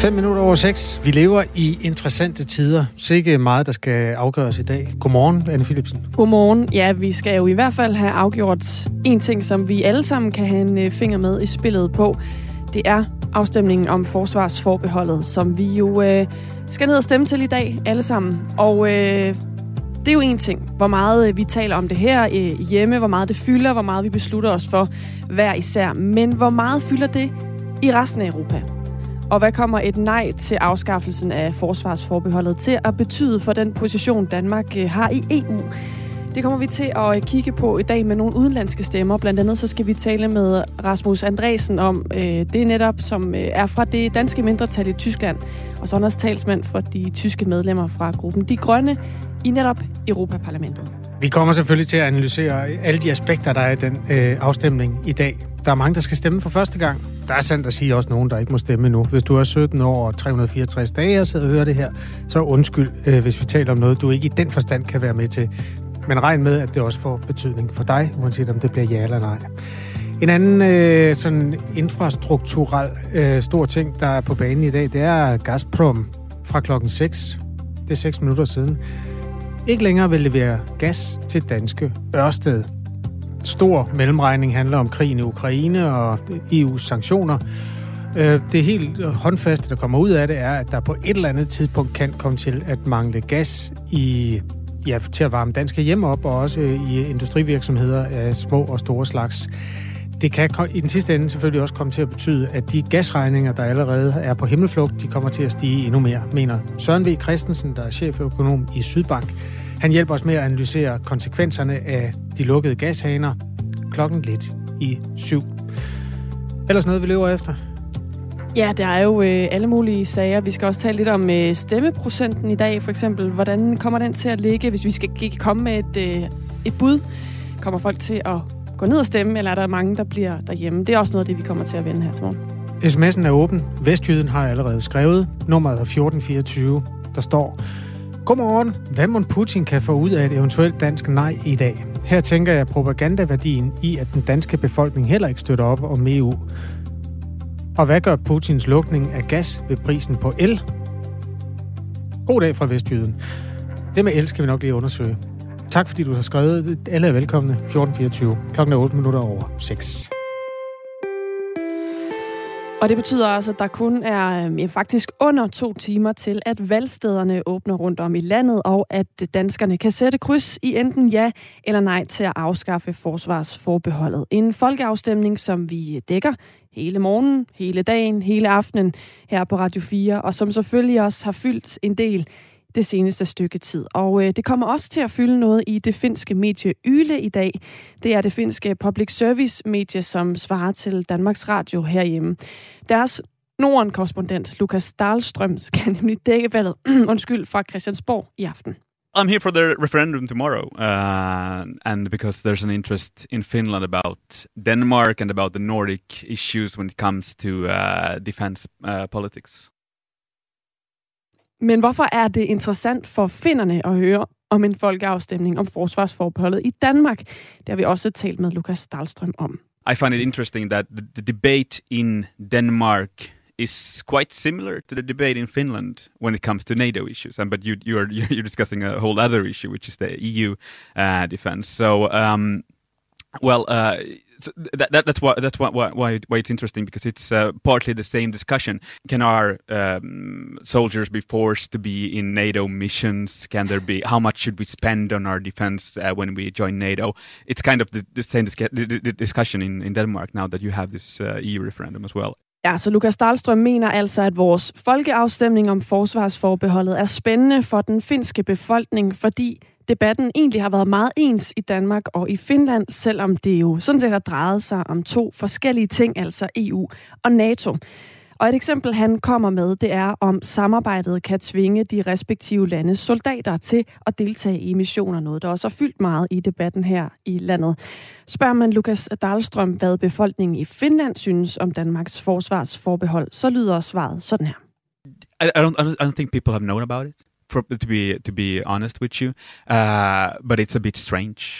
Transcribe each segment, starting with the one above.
5:05. Vi lever i interessante tider. Sikke meget, der skal afgøres i dag. Godmorgen, Anne Philipsen. Godmorgen. Ja, vi skal jo i hvert fald have afgjort en ting, som vi alle sammen kan have en finger med i spillet på. Det er afstemningen om forsvarsforbeholdet, som vi jo skal ned og stemme til i dag, alle sammen. Og det er jo en ting, hvor meget vi taler om det her hjemme, hvor meget det fylder, hvor meget vi beslutter os for hver især. Men hvor meget fylder det i resten af Europa? Og hvad kommer et nej til afskaffelsen af forsvarsforbeholdet til at betyde for den position, Danmark har i EU? Det kommer vi til at kigge på i dag med nogle udenlandske stemmer. Blandt andet så skal vi tale med Rasmus Andresen om det netop, som er fra det danske mindretal i Tyskland, og så også talsmand for de tyske medlemmer fra gruppen De Grønne i netop Europaparlamentet. Vi kommer selvfølgelig til at analysere alle de aspekter, der er i den afstemning i dag. Der er mange, der skal stemme for første gang. Der er sandt at sige også nogen, der ikke må stemme nu. Hvis du er 17 år og 364 dage og sidder og hører det her, så undskyld, hvis vi taler om noget, du ikke i den forstand kan være med til. Men regn med, at det også får betydning for dig, uanset om det bliver ja eller nej. En anden sådan infrastrukturel stor ting, der er på banen i dag, det er Gazprom fra klokken 6. Det er 6 minutter siden. Ikke længere vil levere gas til danske Ørsted. Stor mellemregning handler om krigen i Ukraine og EU's sanktioner. Det helt håndfaste, der kommer ud af det, er, at der på et eller andet tidspunkt kan komme til at mangle gas til at varme danske hjem op, og også i industrivirksomheder af små og store slags. Det kan i den sidste ende selvfølgelig også komme til at betyde, at de gasregninger, der allerede er på himmelflugt, de kommer til at stige endnu mere, mener Søren V. Christensen, der er cheføkonom i Sydbank. Han hjælper os med at analysere konsekvenserne af de lukkede gashaner klokken lidt i 7. Ellers noget, vi lever efter? Ja, der er jo alle mulige sager. Vi skal også tale lidt om stemmeprocenten i dag, for eksempel. Hvordan kommer den til at ligge, hvis vi skal komme med et bud? Kommer folk til at gå ned og stemme, eller er der mange, der bliver derhjemme? Det er også noget af det, vi kommer til at vende her til morgen. SMS'en er åben. Vestjyden har allerede skrevet. Nummeret er 1424. Der står: Godmorgen. Hvad må Putin kan få ud af et eventuelt dansk nej i dag? Her tænker jeg propagandaværdien i, at den danske befolkning heller ikke støtter op om EU. Og hvad gør Putins lukning af gas ved prisen på el? God dag fra Vestjyden. Det med el skal vi nok lige undersøge. Tak fordi du har skrevet. Alle er velkomne. 1424. Klokken er 8:08. Og det betyder altså, at der kun er faktisk under 2 timer til, at valgstederne åbner rundt om i landet, og at danskerne kan sætte kryds i enten ja eller nej til at afskaffe forsvarsforbeholdet. En folkeafstemning, som vi dækker hele morgenen, hele dagen, hele aftenen her på Radio 4, og som selvfølgelig også har fyldt en del det seneste stykke tid. Og det kommer også til at fylde noget i det finske medie Yle i dag. Det er det finske public service medie, som svarer til Danmarks Radio herhjemme. Deres Norden-korrespondent Lukas Dahlström skal nemlig dække valget fra Christiansborg i aften. I'm here for the referendum tomorrow, and because there's an interest in Finland about Denmark and about the Nordic issues when it comes to defense politics. Men hvorfor er det interessant for finnerne at høre om en folkeafstemning om forsvarsforbeholdet i Danmark? Det har vi også talt med Lukas Dahlström om. I find it interesting that the debate in Denmark is quite similar to the debate in Finland when it comes to NATO issues. But you're discussing a whole other issue, which is the EU defense. So, so that's why it's interesting, because it's partly the same discussion. Can our soldiers be forced to be in NATO missions? Can there be, how much should we spend on our defense when we join NATO? It's kind of the same discussion in Denmark now that you have this EU referendum as well. Ja, så Lukas Dahlström mener altså, at vores folkeafstemning om forsvarsforbeholdet er spændende for den finske befolkning, fordi debatten egentlig har været meget ens i Danmark og i Finland, selvom det jo sådan set har drejet sig om 2 forskellige ting, altså EU og NATO. Og et eksempel, han kommer med, det er, om samarbejdet kan tvinge de respektive landes soldater til at deltage i missioner, noget der også har fyldt meget i debatten her i landet. Spørger man Lukas Dahlström, hvad befolkningen i Finland synes om Danmarks forsvarsforbehold, så lyder svaret sådan her. I don't think people have known about it. To be honest with you, but it's a bit strange.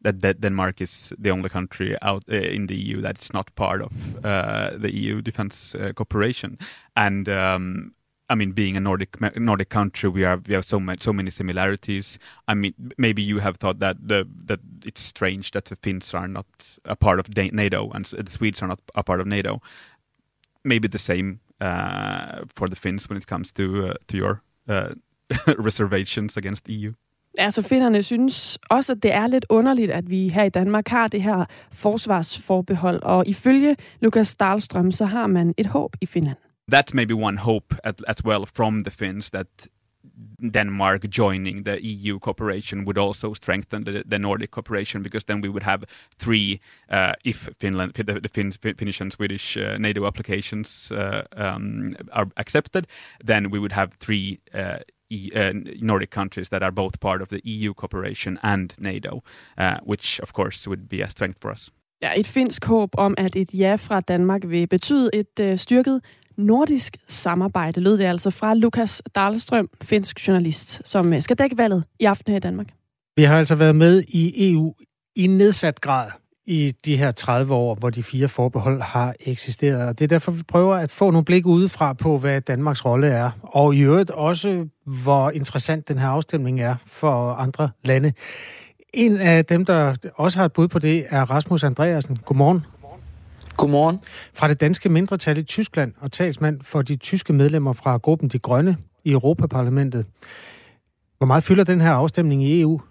that Denmark is the only country out in the EU that is not part of the EU defense cooperation. And I mean, being a Nordic country, we have so many similarities. I mean, maybe you have thought that it's strange that the Finns are not a part of NATO and the Swedes are not a part of NATO. Maybe the same for the Finns when it comes to your reservations against EU. Altså, finnerne synes også, at det er lidt underligt, at vi her i Danmark har det her forsvarsforbehold, og ifølge Lukas Dahlström, så har man et håb i Finland. That's maybe one hope as well from the Finns, that Denmark joining the EU cooperation would also strengthen the Nordic cooperation, because then we would have three, if the Finnish and Swedish NATO applications are accepted, then we would have three Nordic countries that are both part of the EU cooperation and NATO, which of course would be a strength for us. Ja, et finsk håb om, at et ja fra Danmark vil betyde et styrket nordisk samarbejde, lød det altså fra Lukas Dahlström, finsk journalist, som skal dække valget i aften her i Danmark. Vi har altså været med i EU i nedsat grad i de her 30 år, hvor de 4 forbehold har eksisteret. Og det er derfor, vi prøver at få nogle blik udefra på, hvad Danmarks rolle er. Og i øvrigt også, hvor interessant den her afstemning er for andre lande. En af dem, der også har et bud på det, er Rasmus Andreasen. Godmorgen. Godmorgen. Fra det danske mindretal i Tyskland og talsmand for de tyske medlemmer fra gruppen De Grønne i Europaparlamentet. Hvor meget fylder den her afstemning i EU?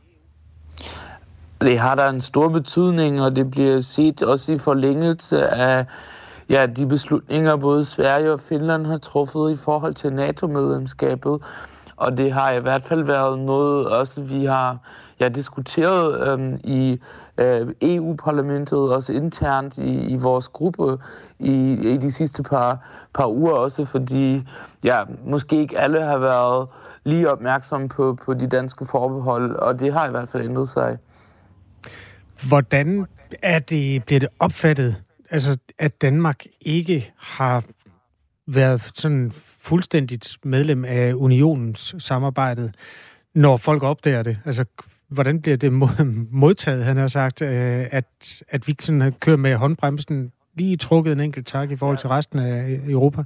Det har der en stor betydning, og det bliver set også i forlængelse af de beslutninger, både Sverige og Finland har truffet i forhold til NATO-medlemskabet. Og det har i hvert fald været noget, også vi har diskuteret i EU-parlamentet, også internt i vores gruppe i de sidste par uger også, fordi måske ikke alle har været lige opmærksomme på de danske forbehold, og det har i hvert fald ændret sig. Hvordan bliver det opfattet, altså at Danmark ikke har været sådan fuldstændigt medlem af unionens samarbejdet, når folk opdager det? Altså, hvordan bliver det modtaget, han har sagt, at vi sådan kører med håndbremsen lige trukket en enkelt tak i forhold til resten af Europa?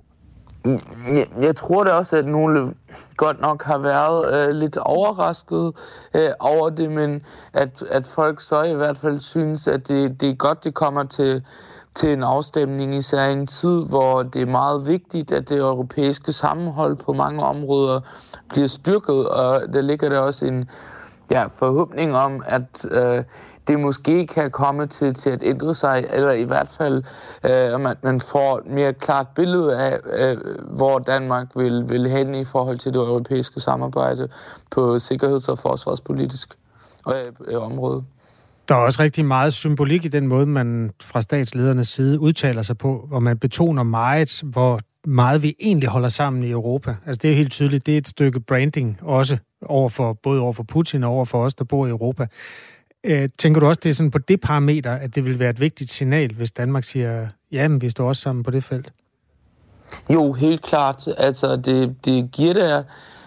Jeg tror da også, at nogle godt nok har været lidt overrasket over det, men at folk så i hvert fald synes, at det er godt, det kommer til en afstemning, især i en tid, hvor det er meget vigtigt, at det europæiske sammenhold på mange områder bliver styrket, og der ligger der også en forhåbning om, at det måske kan komme til at ændre sig, eller i hvert fald, at man får et mere klart billede af, hvor Danmark vil hen i forhold til det europæiske samarbejde på sikkerheds- og forsvarspolitisk område. Der er også rigtig meget symbolik i den måde, man fra statsledernes side udtaler sig på, hvor man betoner meget, hvor meget vi egentlig holder sammen i Europa. Altså det er helt tydeligt, det er et stykke branding også, både over for Putin og over for os, der bor i Europa. Tænker du også, det er sådan på det parameter, at det vil være et vigtigt signal, hvis Danmark siger, ja, men vi står også sammen på det felt? Jo, helt klart. Altså, det giver der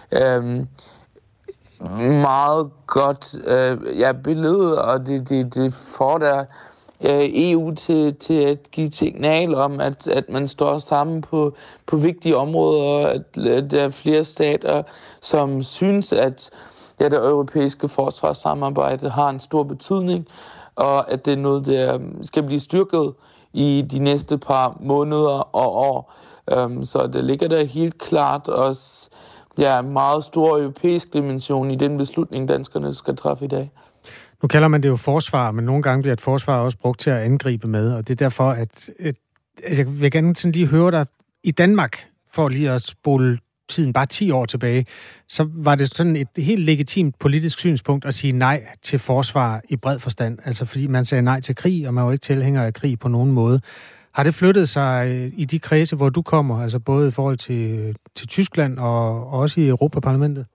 meget godt billede, og det får der EU til at give signal om, at man står sammen på vigtige områder, at der er flere stater, som synes, at det europæiske forsvarssamarbejde har en stor betydning, og at det er noget, der skal blive styrket i de næste par måneder og år. Så det ligger der helt klart også en meget stor europæisk dimension i den beslutning, danskerne skal træffe i dag. Nu kalder man det jo forsvar, men nogle gange bliver et forsvar også brugt til at angribe med, og det er derfor, at jeg vil gerne sådan lige høre dig, i Danmark, for lige at spole tiden bare 10 år tilbage, så var det sådan et helt legitimt politisk synspunkt at sige nej til forsvar i bred forstand. Altså fordi man sagde nej til krig, og man var ikke tilhænger af krig på nogen måde. Har det flyttet sig i de kredse, hvor du kommer, altså både i forhold til Tyskland og også i Europaparlamentet?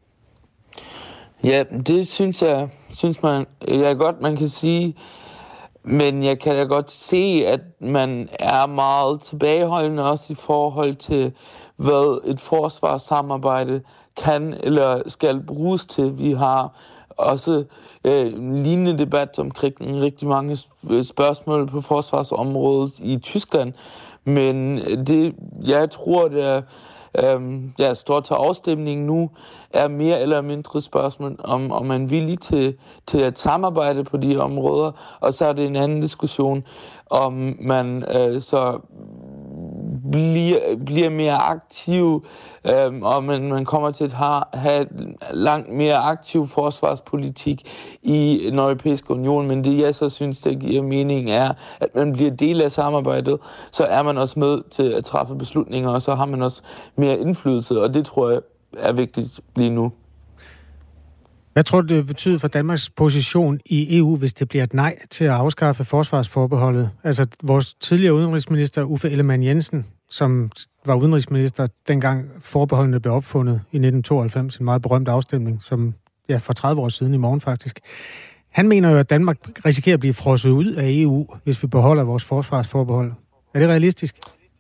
Ja, det synes man godt, man kan sige. Men jeg kan da godt se, at man er meget tilbageholdende også i forhold til, hvad et forsvarssamarbejde kan eller skal bruges til. Vi har også lignende debat omkring rigtig mange spørgsmål på forsvarsområdet i Tyskland. Men det, jeg tror, det er står til afstemning nu, er mere eller mindre spørgsmål, om man er villig til at samarbejde på de områder, og så er det en anden diskussion, om man så bliver mere aktiv, og man kommer til at have langt mere aktiv forsvarspolitik i den europæiske union. Men det, jeg så synes, der giver mening, er, at man bliver del af samarbejdet, så er man også med til at træffe beslutninger, og så har man også mere indflydelse, og det tror jeg er vigtigt lige nu. Hvad tror du, det betyder for Danmarks position i EU, hvis det bliver et nej til at afskaffe forsvarsforbeholdet? Altså, vores tidligere udenrigsminister Uffe Ellemann-Jensen, som var udenrigsminister dengang forbeholdene blev opfundet i 1992, en meget berømt afstemning, som for 30 år siden i morgen faktisk. Han mener jo, at Danmark risikerer at blive frosset ud af EU, hvis vi beholder vores forsvarsforbehold. Er det realistisk?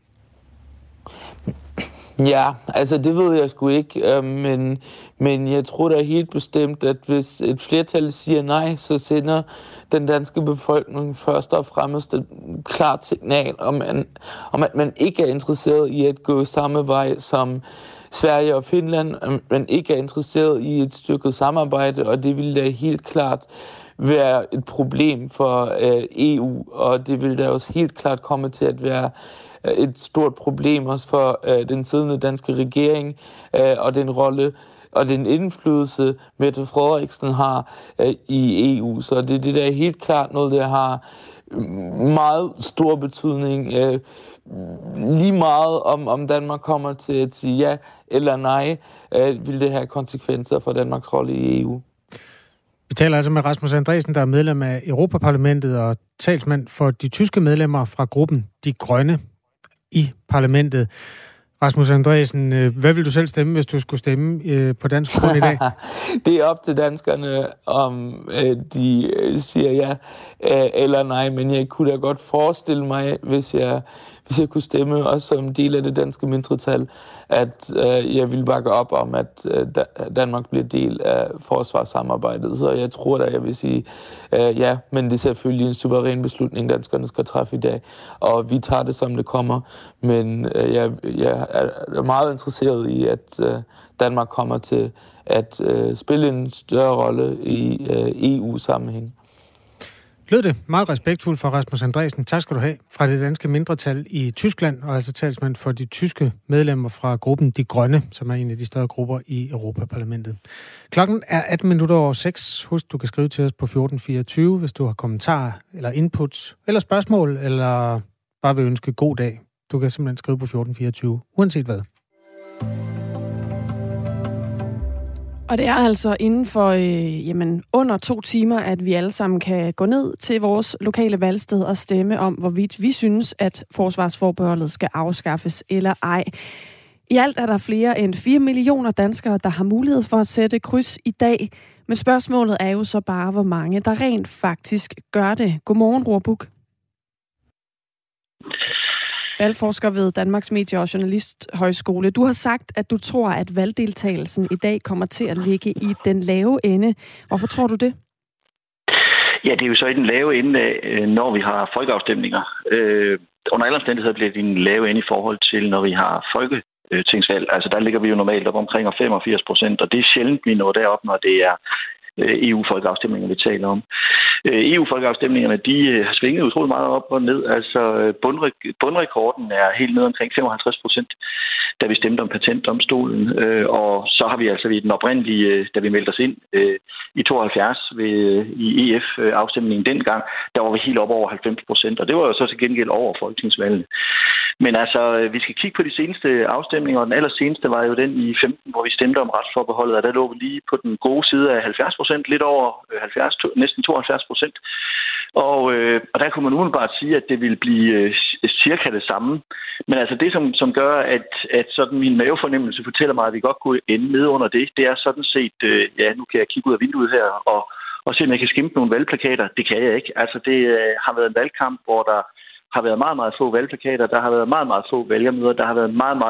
Ja, altså det ved jeg sgu ikke, men jeg tror da helt bestemt, at hvis et flertal siger nej, så sender den danske befolkning først og fremmest et klart signal om at man ikke er interesseret i at gå samme vej som Sverige og Finland, man ikke er interesseret i et stykket samarbejde, og det vil da helt klart være et problem for EU, og det vil da også helt klart komme til at være et stort problem også for den siddende danske regering og den rolle og den indflydelse, Mette Frederiksen har i EU. Så det der er helt klart noget, der har meget stor betydning. Lige meget om Danmark kommer til at sige ja eller nej, vil det have konsekvenser for Danmarks rolle i EU. Vi taler altså med Rasmus Andresen, der er medlem af Europaparlamentet og talsmand for de tyske medlemmer fra gruppen De Grønne i parlamentet. Rasmus Andresen, hvad vil du selv stemme, hvis du skulle stemme på dansk grund i dag? Det er op til danskerne, om de siger ja eller nej, men jeg kunne da godt forestille mig, hvis jeg kunne stemme også som del af det danske mindretal, at jeg ville bakke op om, at Danmark bliver del af forsvarssamarbejdet. Så jeg tror da, jeg vil sige ja, men det er selvfølgelig en suveræn beslutning, danskerne skal træffe i dag. Og vi tager det, som det kommer. Men jeg er meget interesseret i, at Danmark kommer til at spille en større rolle i EU-sammenhæng. Lød det meget respektfuldt fra Rasmus Andresen. Tak skal du have fra det danske mindretal i Tyskland, og altså talsmand for de tyske medlemmer fra gruppen De Grønne, som er en af de større grupper i Europaparlamentet. Klokken er 18:06. Husk, du kan skrive til os på 1424, hvis du har kommentarer eller input eller spørgsmål, eller bare vil ønske god dag. Du kan simpelthen skrive på 1424, uanset hvad. Og det er altså inden for under 2 timer, at vi alle sammen kan gå ned til vores lokale valgsted og stemme om, hvorvidt vi synes, at forsvarsforbeholdet skal afskaffes eller ej. I alt er der flere end 4 millioner danskere, der har mulighed for at sætte kryds i dag. Men spørgsmålet er jo så bare, hvor mange der rent faktisk gør det. Godmorgen, Roar valgforsker ved Danmarks Medie- og Journalisthøjskole. Du har sagt, at du tror, at valgdeltagelsen i dag kommer til at ligge i den lave ende. Hvorfor tror du det? Ja, det er jo så i den lave ende, når vi har folkeafstemninger. Under alle omstændigheder bliver det i den lave ende i forhold til, når vi har folketingsvalg. Altså der ligger vi jo normalt op omkring 85%, og det er sjældent, vi når derop, når det er EU-folkeafstemninger, vi taler om. EU-folkeafstemningerne, de har svinget utroligt meget op og ned. Altså bundrekorden er helt ned omkring 55%, da vi stemte om patentdomstolen. Og så har vi altså ved den oprindelige, da vi meldte os ind i 72 i EF-afstemningen dengang, der var vi helt op over 90%, og det var jo så til gengæld over folketingsvalgene. Men altså, vi skal kigge på de seneste afstemninger, og den allerseneste var jo den i 15, hvor vi stemte om retsforbeholdet, og der lå vi lige på den gode side af 70%, lidt over 70, næsten 72%. Og der kunne man umiddelbart sige, at det ville blive cirka det samme. Men altså det, som gør, at sådan min mavefornemmelse fortæller mig, at vi godt kunne ende nede under det, det er sådan set, nu kan jeg kigge ud af vinduet her og se, om jeg kan skimpe nogle valgplakater. Det kan jeg ikke. Altså det har været en valgkamp, hvor der har været meget, meget få valgplakater, der har været meget, meget få vælgermøder, der har været meget, meget lidt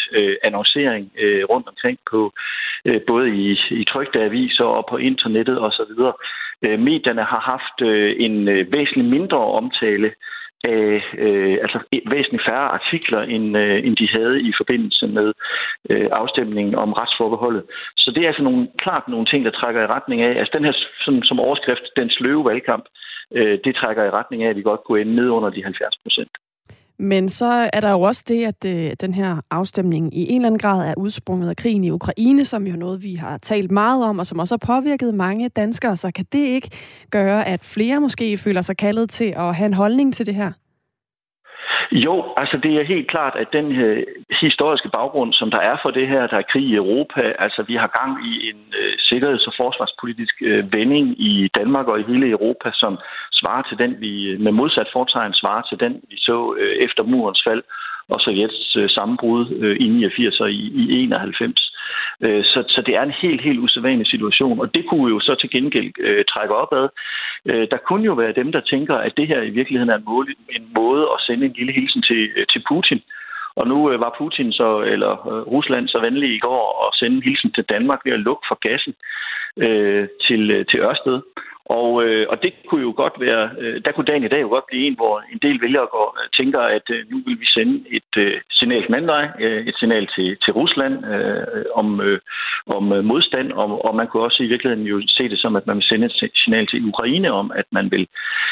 annoncering rundt omkring på både i trykte aviser og på internettet osv. Medierne har haft en væsentlig mindre omtale af væsentligt færre artikler, end de havde i forbindelse med afstemningen om retsforbeholdet. Så det er altså klart nogle ting, der trækker i retning af, altså den her som overskrift, den sløve valgkamp, det trækker i retning af, at vi godt kunne ende ned under de 70%. Men så er der jo også det, at den her afstemning i en eller anden grad er udsprunget af krigen i Ukraine, som jo er noget, vi har talt meget om, og som også har påvirket mange danskere. Så kan det ikke gøre, at flere måske føler sig kaldet til at have en holdning til det her? Jo, altså det er helt klart, at den historiske baggrund, som der er for det her, der er krig i Europa, altså vi har gang i en sikkerheds- og forsvarspolitisk vending i Danmark og i hele Europa, som svarer til den, vi med modsat fortegn svarer til den, vi så efter murens fald og Sovjets sammenbrud i 89 og i 91. Så det er en helt usædvanlig situation, og det kunne jo så til gengæld trække opad. Der kunne jo være dem, der tænker, at det her i virkeligheden er en måde at sende en lille hilsen til Putin. Og nu var Putin Rusland så venlig i går at sende en hilsen til Danmark ved at lukke for gassen til Ørsted. Og det kunne jo godt være, der kunne dagen i dag jo godt blive en, hvor en del vælgere tænker, at nu vil vi sende et signal den anden vej, et signal til Rusland om modstand, og man kunne også i virkeligheden jo se det som, at man vil sende et signal til Ukraine om, at man vil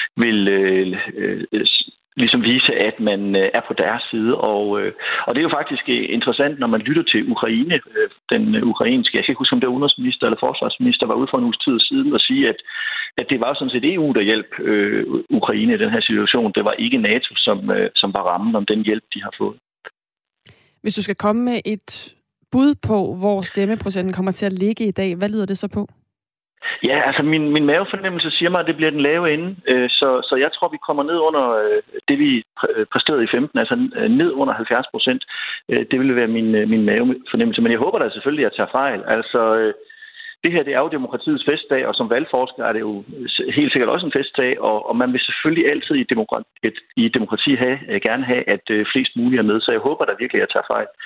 ligesom vise, at man er på deres side. Og det er jo faktisk interessant, når man lytter til Ukraine, den ukrainske, jeg kan ikke huske, om det var udenrigsminister eller forsvarsminister, var ude for en uges tid siden og sige, at det var sådan set EU, der hjalp Ukraine i den her situation. Det var ikke NATO, som var rammen om den hjælp, de har fået. Hvis du skal komme med et bud på, hvor stemmeprocenten kommer til at ligge i dag, hvad lyder det så på? Ja, altså min mavefornemmelse siger mig, at det bliver den lave ende. Så jeg tror, vi kommer ned under det, vi præsterede i 15, altså ned under 70%. Det vil være min mavefornemmelse. Men jeg håber da selvfølgelig, at jeg tager fejl. Altså, det her det er jo demokratiets festdag, og som valgforsker er det jo helt sikkert også en festdag, og man vil selvfølgelig altid i demokrati gerne have, at flest muligt er med. Så jeg håber da virkelig, at jeg tager fejl.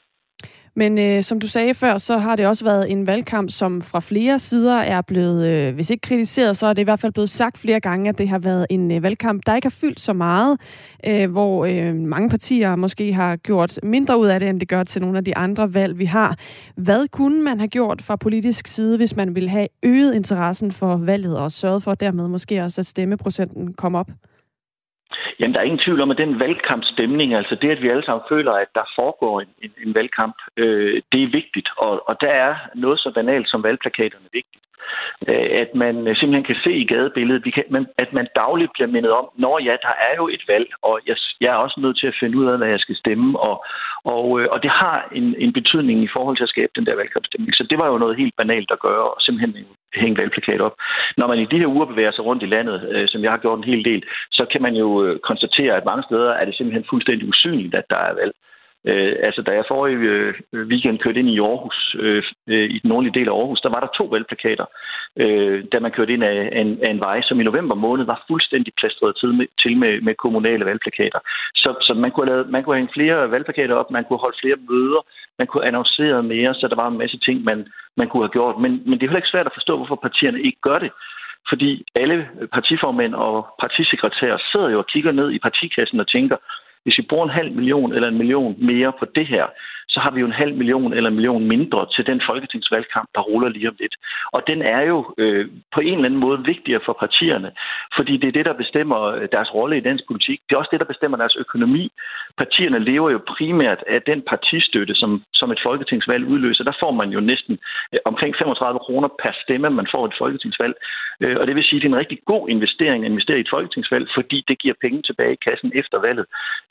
Men som du sagde før, så har det også været en valgkamp, som fra flere sider er blevet, hvis ikke kritiseret, så er det i hvert fald blevet sagt flere gange, at det har været en valgkamp, der ikke har fyldt så meget, hvor mange partier måske har gjort mindre ud af det, end det gør til nogle af de andre valg, vi har. Hvad kunne man have gjort fra politisk side, hvis man ville have øget interessen for valget og sørget for dermed måske også, at stemmeprocenten kom op? Jamen, der er ingen tvivl om, at den valgkampstemning, altså det, at vi alle sammen føler, at der foregår en valgkamp, det er vigtigt. Og der er noget så banalt som valgplakaterne vigtigt. At man simpelthen kan se i gadebilledet, at man dagligt bliver mindet om, når ja, der er jo et valg, og jeg er også nødt til at finde ud af, hvad jeg skal stemme, og det har en betydning i forhold til at skabe den der valgkampstemning. Så det var jo noget helt banalt at gøre, og simpelthen hænge valgplakat op. Når man i de her uger bevæger sig rundt i landet, som jeg har gjort en hel del, så kan man jo konstatere, at mange steder er det simpelthen fuldstændig usynligt, at der er valg. Altså, da jeg forrige weekend kørte ind i Aarhus, i den nordlige del af Aarhus, der var der 2 valgplakater, da man kørte ind af en vej, som i november måned var fuldstændig plastret til med kommunale valgplakater. Så man kunne hænge flere valgplakater op, man kunne holde flere møder, man kunne annoncere mere, så der var en masse ting, man kunne have gjort. Men det er heller ikke svært at forstå, hvorfor partierne ikke gør det. Fordi alle partiformænd og partisekretærer sidder jo og kigger ned i partikassen og tænker, hvis vi bruger 500.000 eller 1 million mere på det her, så har vi jo 500.000 eller 1 million mindre til den folketingsvalgkamp, der ruller lige om lidt. Og den er jo på en eller anden måde vigtigere for partierne, fordi det er det, der bestemmer deres rolle i dansk politik. Det er også det, der bestemmer deres økonomi. Partierne lever jo primært af den partistøtte, som et folketingsvalg udløser. Der får man jo næsten omkring 35 kroner per stemme, man får et folketingsvalg. Og det vil sige, at det er en rigtig god investering at investere i et folketingsvalg, fordi det giver penge tilbage i kassen efter valget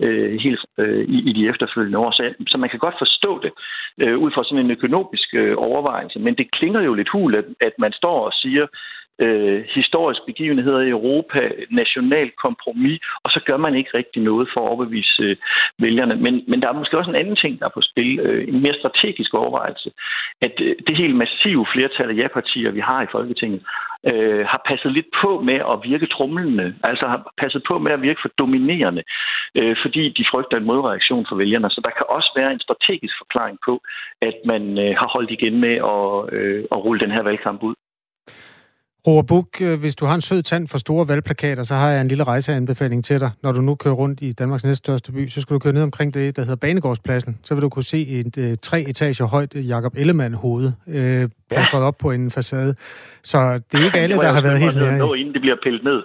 i de efterfølgende år. Så man kan godt forstå det ud fra sådan en økonomisk overvejelse, men det klinger jo lidt hul, at man står og siger, historisk begivenheder i Europa, national kompromis, og så gør man ikke rigtig noget for at overbevise vælgerne. Men der er måske også en anden ting, der er på spil, en mere strategisk overvejelse, at det helt massive flertal af ja-partier, vi har i Folketinget, har passet lidt på med at virke tromlende, altså har passet på med at virke for dominerende, fordi de frygter en modreaktion for vælgerne. Så der kan også være en strategisk forklaring på, at man har holdt igen med at rulle den her valgkamp ud. Roar Buch, hvis du har en sød tand for store valgplakater, så har jeg en lille rejseanbefaling til dig. Når du nu kører rundt i Danmarks næststørste by, så skal du køre ned omkring det, der hedder Banegårdspladsen. Så vil du kunne se et 3 etager højt Jakob Ellemann-hoved plastret op på en facade. Så det er ikke alle, der har været helt nede. Nå, inden det bliver pillet ned.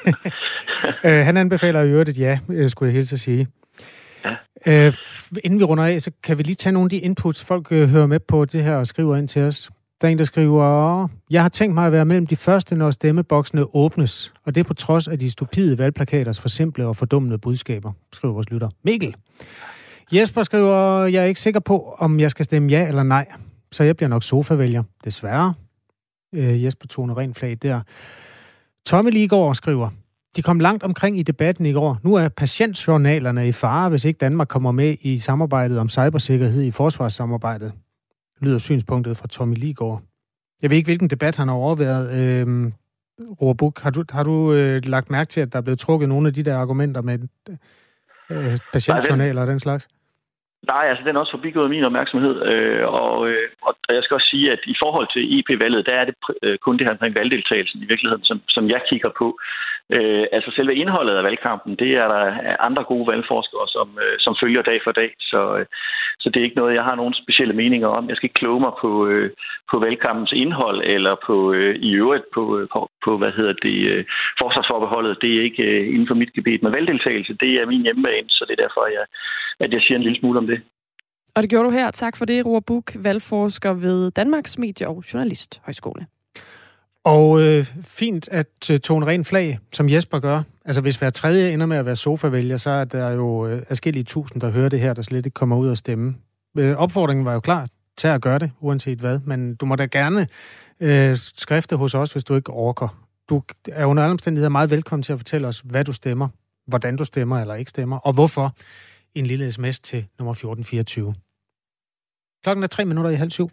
Han anbefaler i øvrigt et ja, skulle jeg helt så sige. Ja. Inden vi runder af, så kan vi lige tage nogle af de inputs, folk hører med på det her og skriver ind til os. Der er en, der skriver, jeg har tænkt mig at være mellem de første, når stemmeboksene åbnes, og det er på trods af de stupide valgplakaters for simple og fordummende budskaber, skriver vores lytter. Mikkel. Jesper skriver, jeg er ikke sikker på, om jeg skal stemme ja eller nej, så jeg bliver nok sofavælger, desværre. Jesper toner rent flag der. Tommy Ligård skriver, de kom langt omkring i debatten i går. Nu er patientjournalerne i fare, hvis ikke Danmark kommer med i samarbejdet om cybersikkerhed i forsvarssamarbejdet. Lyder synspunktet fra Tommy Ligård. Jeg ved ikke, hvilken debat han har overværet. Roar Buch, har du lagt mærke til, at der er blevet trukket nogle af de der argumenter med patientjournaler og den slags? Nej, altså den er også forbigået min opmærksomhed, og jeg skal også sige, at i forhold til EP-valget, der er det kun det her omkring valgdeltagelsen i virkeligheden, som jeg kigger på. Altså selve indholdet af valgkampen, det er der andre gode valgforskere, som følger dag for dag, så det er ikke noget, jeg har nogen specielle meninger om. Jeg skal ikke kloge mig på valgkampens indhold, eller i øvrigt på forsvarsforbeholdet. Det er ikke inden for mit gebet. Men valgdeltagelse, det er min hjemmebane, så det er derfor, at jeg siger en lille smule om det. Og det gjorde du her. Tak for det, Roar Buch, valgforsker ved Danmarks Medie- og Journalisthøjskole. Og fint at tone ren flag, som Jesper gør. Altså hvis hver tredje ender med at være sofavælger, så er der jo adskillige tusind, der hører det her, der slet ikke kommer ud og stemme. Opfordringen var jo klar til at gøre det, uanset hvad. Men du må da gerne skrifte hos os, hvis du ikke orker. Du er under alle omstændigheder meget velkommen til at fortælle os, hvad du stemmer, hvordan du stemmer eller ikke stemmer, og hvorfor. En lille sms til nummer 1424. Klokken er 6:03.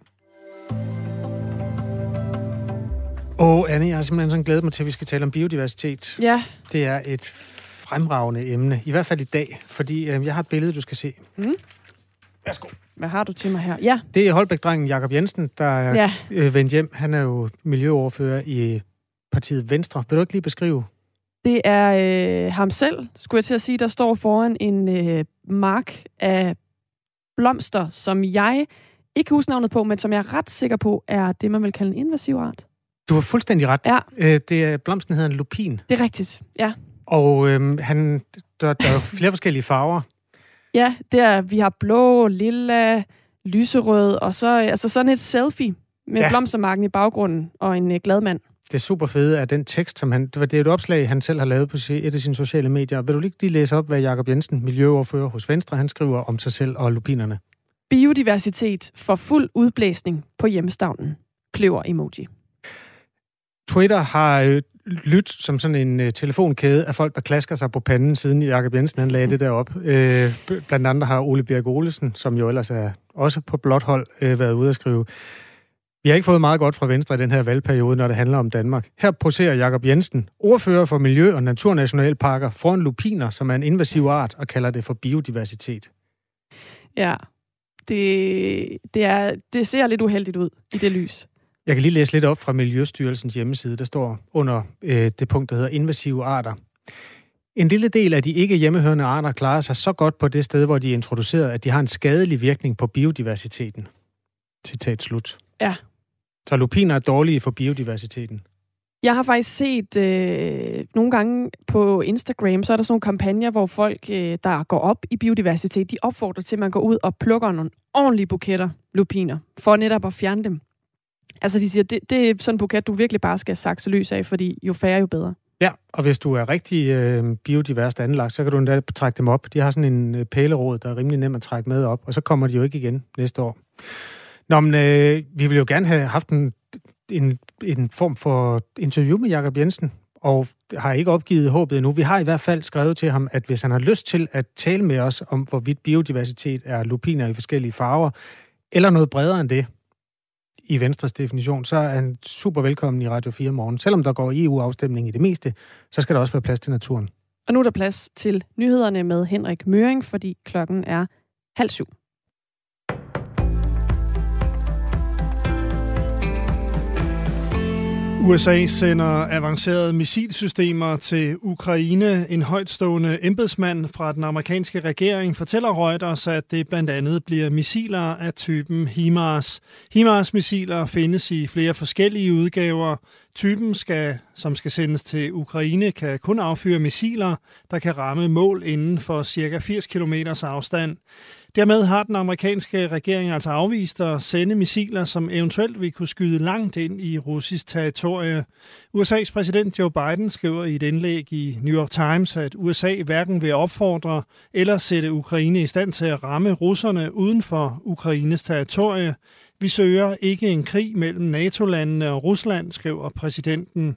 Og Anne, jeg har simpelthen sådan glædet mig til, at vi skal tale om biodiversitet. Ja. Det er et fremragende emne, i hvert fald i dag, fordi jeg har et billede, du skal se. Mm. Værsgo. Hvad har du til mig her? Ja. Det er Holbæk-drengen Jakob Jensen, der er vendt hjem. Han er jo miljøordfører i partiet Venstre. Vil du ikke lige beskrive? Det er ham selv, skulle jeg til at sige, der står foran en mark af blomster, som jeg ikke kan huske navnet på, men som jeg er ret sikker på, er det, man vil kalde en invasiv art. Du har fuldstændig ret. Ja. Blomsten hedder en lupin. Det er rigtigt, ja. Og der er flere forskellige farver. Ja, vi har blå, lilla, lyserød, og så sådan et selfie med blomstermarken i baggrunden og en glad mand. Det er super fede af den tekst, som det er et opslag, han selv har lavet på et af sine sociale medier. Vil du lige læse op, hvad Jakob Jensen, miljøordfører hos Venstre, han skriver om sig selv og lupinerne? Biodiversitet for fuld udblæsning på hjemstavnen. Kløver emoji. Twitter har lyttet som sådan en telefonkæde af folk, der klasker sig på panden, siden Jakob Jensen han lagde det derop. Blandt andet har Ole Birk Olesen, som jo ellers er også på blåt hold, været ude at skrive: Vi har ikke fået meget godt fra Venstre i den her valgperiode, når det handler om Danmark. Her poserer Jakob Jensen, ordfører for Miljø- og Naturnationalparker, foran lupiner, som er en invasiv art, og kalder det for biodiversitet. Ja, det ser lidt uheldigt ud i det lys. Jeg kan lige læse lidt op fra Miljøstyrelsens hjemmeside. Der står under det punkt, der hedder invasive arter. En lille del af de ikke hjemmehørende arter klarer sig så godt på det sted, hvor de er introduceret, at de har en skadelig virkning på biodiversiteten. Citat slut. Ja. Så lupiner er dårlige for biodiversiteten. Jeg har faktisk set nogle gange på Instagram, så er der sådan nogle kampagner, hvor folk, der går op i biodiversitet, de opfordrer til, at man går ud og plukker nogle ordentlige buketter lupiner, for netop at fjerne dem. Altså de siger, det er sådan en buket, du virkelig bare skal sakse løs af, fordi jo færre, jo bedre. Ja, og hvis du er rigtig biodiverst anlagt, så kan du endda trække dem op. De har sådan en pælerod, der er rimelig nem at trække med op, og så kommer de jo ikke igen næste år. Nå, men vi ville jo gerne have haft en form for interview med Jakob Jensen, og har ikke opgivet håbet endnu. Vi har i hvert fald skrevet til ham, at hvis han har lyst til at tale med os om, hvorvidt biodiversitet er lupiner i forskellige farver, eller noget bredere end det, i Venstres definition, så er han super velkommen i Radio 4 morgen. Selvom der går EU-afstemning i det meste, så skal der også være plads til naturen. Og nu er der plads til nyhederne med Henrik Møring, fordi klokken er 6:30. USA sender avancerede missilsystemer til Ukraine. En højtstående embedsmand fra den amerikanske regering fortæller Reuters, at det blandt andet bliver missiler af typen HIMARS. HIMARS-missiler findes i flere forskellige udgaver. Typen, som skal sendes til Ukraine, kan kun affyre missiler, der kan ramme mål inden for ca. 80 km afstand. Dermed har den amerikanske regering altså afvist at sende missiler, som eventuelt vil kunne skyde langt ind i russisk territorie. USA's præsident Joe Biden skriver i et indlæg i New York Times, at USA hverken vil opfordre eller sætte Ukraine i stand til at ramme russerne uden for Ukraines territorie. Vi søger ikke en krig mellem NATO-landene og Rusland, skriver præsidenten.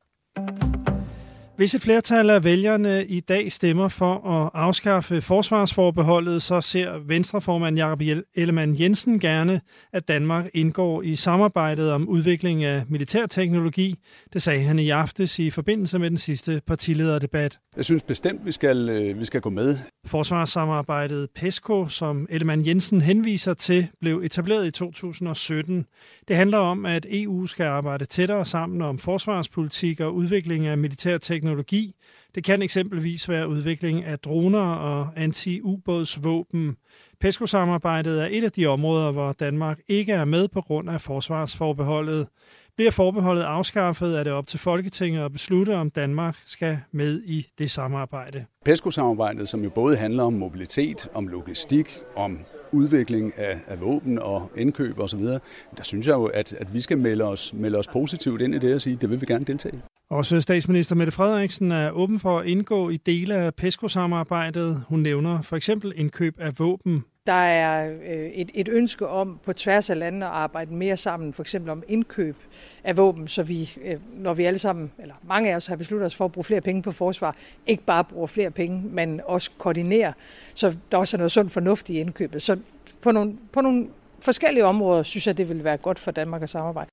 Hvis et flertal af vælgerne i dag stemmer for at afskaffe forsvarsforbeholdet, så ser Venstreformand Jakob Ellemann-Jensen gerne, at Danmark indgår i samarbejdet om udvikling af militærteknologi. Det sagde han i aftes i forbindelse med den sidste partilederdebat. Jeg synes bestemt, vi skal gå med. Forsvarssamarbejdet PESCO, som Ellemann-Jensen henviser til, blev etableret i 2017. Det handler om, at EU skal arbejde tættere sammen om forsvarspolitik og udvikling af militærteknologi. Det kan eksempelvis være udvikling af droner og anti-ubådsvåben. PESCO-samarbejdet er et af de områder, hvor Danmark ikke er med på grund af forsvarsforbeholdet. Bliver forbeholdet afskaffet, er det op til Folketinget at beslutte, om Danmark skal med i det samarbejde. PESCO-samarbejdet, som jo både handler om mobilitet, om logistik, om udvikling af våben og indkøb osv., der synes jeg jo, at vi skal melde os positivt ind i det og sige, det vil vi gerne deltage i. Også statsminister Mette Frederiksen er åben for at indgå i dele af PESCO-samarbejdet. Hun nævner for eksempel indkøb af våben. Der er et ønske om på tværs af landene at arbejde mere sammen, for eksempel om indkøb af våben, så vi, når vi alle sammen, eller mange af os har besluttet os for at bruge flere penge på forsvar, ikke bare bruger flere penge, men også koordinerer, så der også er noget sund fornuft i indkøbet. Så på nogle forskellige områder, synes jeg, det vil være godt for Danmark at samarbejde.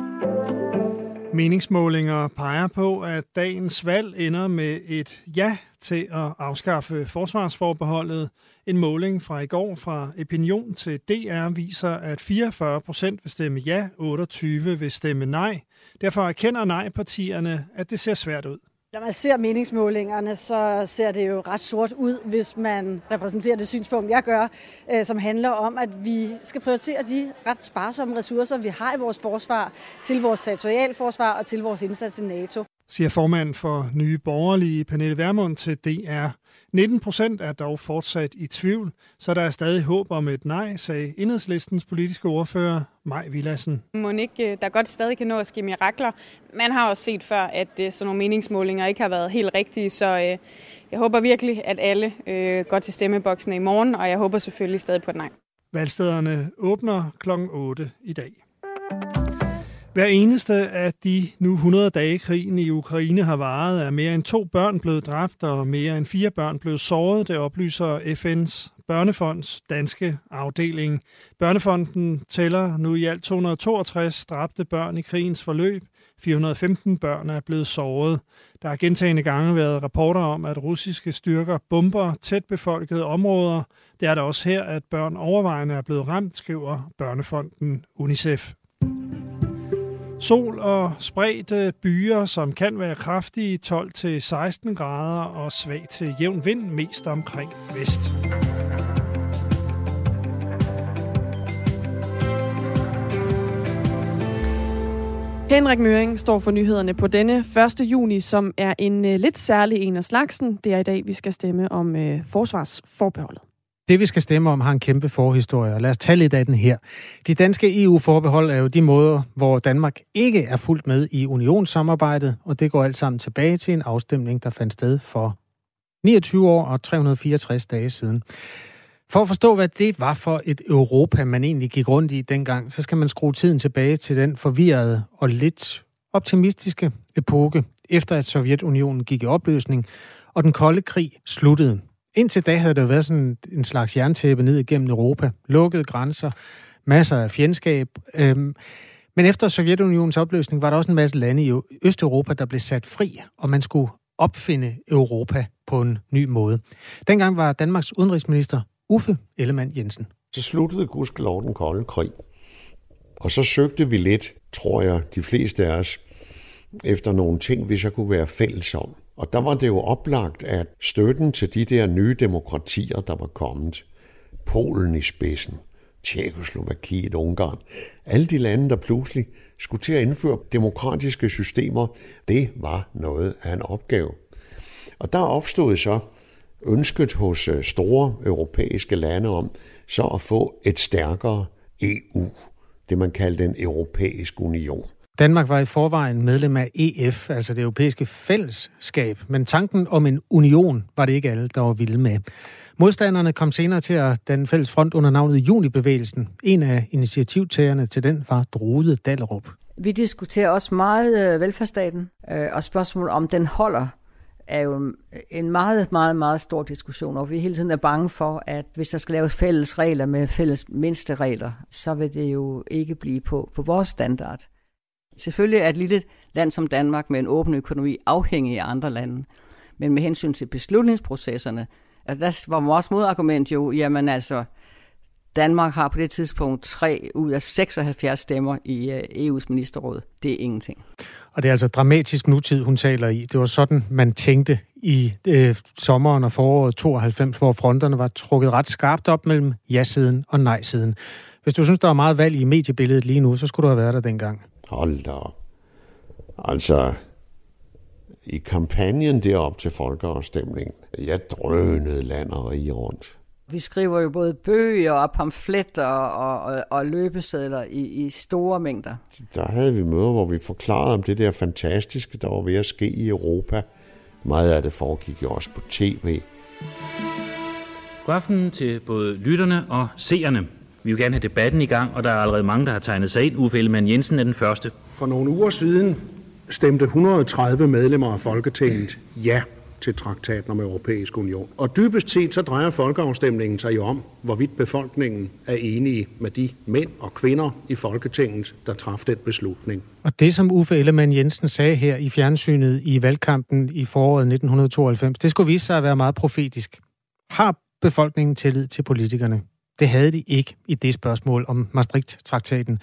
Meningsmålinger peger på, at dagens valg ender med et ja til at afskaffe forsvarsforbeholdet. En måling fra i går fra Opinion til DR viser, at 44% vil stemme ja, 28% vil stemme nej. Derfor erkender nej-partierne, at det ser svært ud. Når man ser meningsmålingerne, så ser det jo ret sort ud, hvis man repræsenterer det synspunkt, jeg gør, som handler om, at vi skal prioritere de ret sparsomme ressourcer, vi har i vores forsvar, til vores territorialforsvar og til vores indsats i NATO. Siger formand for Nye Borgerlige, Pernille Vermund, til DR. 19% er dog fortsat i tvivl, så der er stadig håb om et nej, sagde Enhedslistens politiske ordfører Mai Villadsen. Monique, der godt stadig kan nå at ske mirakler. Man har også set før, at sådan nogle meningsmålinger ikke har været helt rigtige, så jeg håber virkelig, at alle går til stemmeboksen i morgen, og jeg håber selvfølgelig stadig på et nej. Valgstederne åbner kl. 8 i dag. Hver eneste af de nu 100 dage krigen i Ukraine har varet, er mere end 2 børn blevet dræbt og mere end 4 børn blevet såret, det oplyser FN's Børnefonds danske afdeling. Børnefonden tæller nu i alt 262 dræbte børn i krigens forløb. 415 børn er blevet såret. Der har gentagne gange været rapporter om, at russiske styrker bomber tæt befolkede områder. Det er der også her, at børn overvejende er blevet ramt, skriver Børnefonden UNICEF. Sol og spredte byer, som kan være kraftige, 12-16 grader og svag til jævn vind, mest omkring vest. Henrik Møring står for nyhederne på denne 1. juni, som er en lidt særlig en af slagsen. Det er i dag, vi skal stemme om forsvarsforbeholdet. Det, vi skal stemme om, har en kæmpe forhistorie, og lad os tage lidt af den her. De danske EU-forbehold er jo de måder, hvor Danmark ikke er fuldt med i unionssamarbejdet, og det går alt sammen tilbage til en afstemning, der fandt sted for 29 år og 364 dage siden. For at forstå, hvad det var for et Europa, man egentlig gik rundt i dengang, så skal man skrue tiden tilbage til den forvirrede og lidt optimistiske epoke, efter at Sovjetunionen gik i opløsning, og den kolde krig sluttede. Indtil da havde der været sådan en slags jerntæppe ned igennem Europa, lukkede grænser, masser af fjendskab. Men efter Sovjetunionens opløsning var der også en masse lande i Østeuropa, der blev sat fri, og man skulle opfinde Europa på en ny måde. Dengang var Danmarks udenrigsminister Uffe Ellemann-Jensen. Så sluttede gudskelov den kolde krig. Og så søgte vi lidt, tror jeg, de fleste af os, efter nogle ting, vi så kunne være fælles om. Og der var det jo oplagt, at støtten til de der nye demokratier, der var kommet, Polen i spidsen, Tjekkoslovakiet, Ungarn, alle de lande, der pludselig skulle til at indføre demokratiske systemer, det var noget af en opgave. Og der opstod så ønsket hos store europæiske lande om så at få et stærkere EU, det man kaldte en europæisk union. Danmark var i forvejen medlem af EF, altså det europæiske fællesskab, men tanken om en union var det ikke alle, der var vilde med. Modstanderne kom senere til at danne fælles front under navnet Junibevægelsen. En af initiativtagerne til den var Drude Dahlerup. Vi diskuterer også meget velfærdsstaten, og spørgsmålet om den holder er jo en meget, meget, meget stor diskussion, og vi hele tiden er bange for, at hvis der skal laves fælles regler med fælles mindsteregler, så vil det jo ikke blive på vores standard. Selvfølgelig er et lille land som Danmark med en åben økonomi afhængig af andre lande, men med hensyn til beslutningsprocesserne, altså der var vores modargument jo, jamen altså, Danmark har på det tidspunkt 3 ud af 76 stemmer i EU's ministerråd. Det er ingenting. Og det er altså dramatisk nutid, hun taler i. Det var sådan, man tænkte i sommeren og foråret 92, hvor fronterne var trukket ret skarpt op mellem ja-siden og nej-siden. Hvis du synes, der er meget valg i mediebilledet lige nu, så skulle du have været der dengang. Hold da op. Altså, i kampagnen derop til folkeafstemningen, jeg drønede land og rige rundt. Vi skriver jo både bøger og pamfletter og løbesedler i store mængder. Der havde vi møder, hvor vi forklarede om det der fantastiske, der var ved at ske i Europa. Meget af det foregik jo også på tv. God aften til både lytterne og seerne. Vi vil gerne have debatten i gang, og der er allerede mange, der har tegnet sig ind. Uffe Ellemann-Jensen er den første. For nogle uger siden stemte 130 medlemmer af Folketinget ja til traktaten om Europæisk Union. Og dybest set så drejer folkeafstemningen sig jo om, hvorvidt befolkningen er enige med de mænd og kvinder i Folketinget, der træffede den beslutning. Og det, som Uffe Ellemann-Jensen sagde her i fjernsynet i valgkampen i foråret 1992, det skulle vise sig at være meget profetisk. Har befolkningen tillid til politikerne? Det havde de ikke i det spørgsmål om Maastricht-traktaten.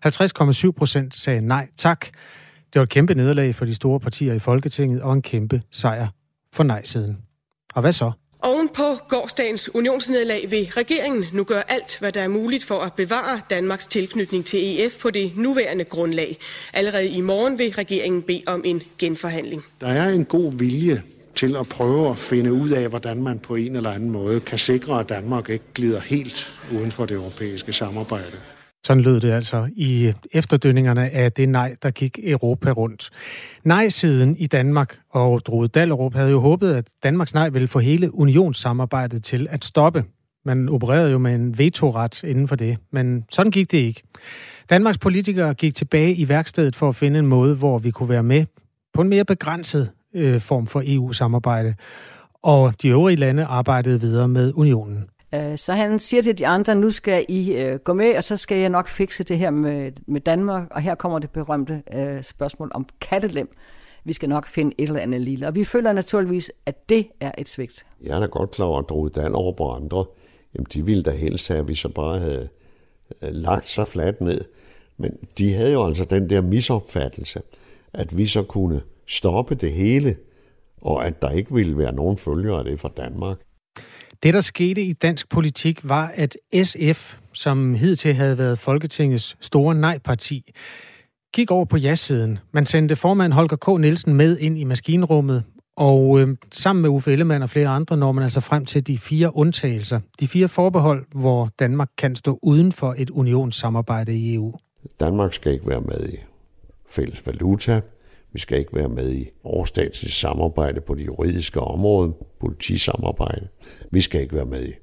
50,7% sagde nej tak. Det var et kæmpe nederlag for de store partier i Folketinget og en kæmpe sejr for nej-siden. Og hvad så? Oven på gårsdagens unionsnederlag vil regeringen nu gøre alt, hvad der er muligt for at bevare Danmarks tilknytning til EF på det nuværende grundlag. Allerede i morgen vil regeringen bede om en genforhandling. Der er en god vilje til at prøve at finde ud af, hvordan man på en eller anden måde kan sikre, at Danmark ikke glider helt uden for det europæiske samarbejde. Sådan lød det altså i efterdønningerne af det nej, der gik Europa rundt. Nej-siden i Danmark og Drude Dahlerup havde jo håbet, at Danmarks nej ville få hele unionssamarbejdet til at stoppe. Man opererede jo med en vetoret inden for det, men sådan gik det ikke. Danmarks politikere gik tilbage i værkstedet for at finde en måde, hvor vi kunne være med på en mere begrænset form for EU-samarbejde. Og de øvrige lande arbejdede videre med unionen. Så han siger til de andre, nu skal I gå med, og så skal jeg nok fikse det her med Danmark. Og her kommer det berømte spørgsmål om kattelem. Vi skal nok finde et eller andet lille. Og vi føler naturligvis, at det er et svigt. Jeg er da godt klar over, at Drude Dahlerup og andre, jamen de ville da helst have, at vi så bare havde lagt sig fladt ned. Men de havde jo altså den der misopfattelse, at vi så kunne stoppe det hele, og at der ikke ville være nogen følgere af det for Danmark. Det, der skete i dansk politik, var, at SF, som hidtil havde været Folketingets store nej-parti, gik over på ja-siden. Man sendte formand Holger K. Nielsen med ind i maskinrummet, og sammen med Uffe Ellemann og flere andre når man altså frem til de 4 undtagelser. De 4 forbehold, hvor Danmark kan stå uden for et unionssamarbejde i EU. Danmark skal ikke være med i fælles valuta. Vi skal ikke være med i overstatsligt samarbejde på det juridiske område, politisamarbejde. Vi skal ikke være med i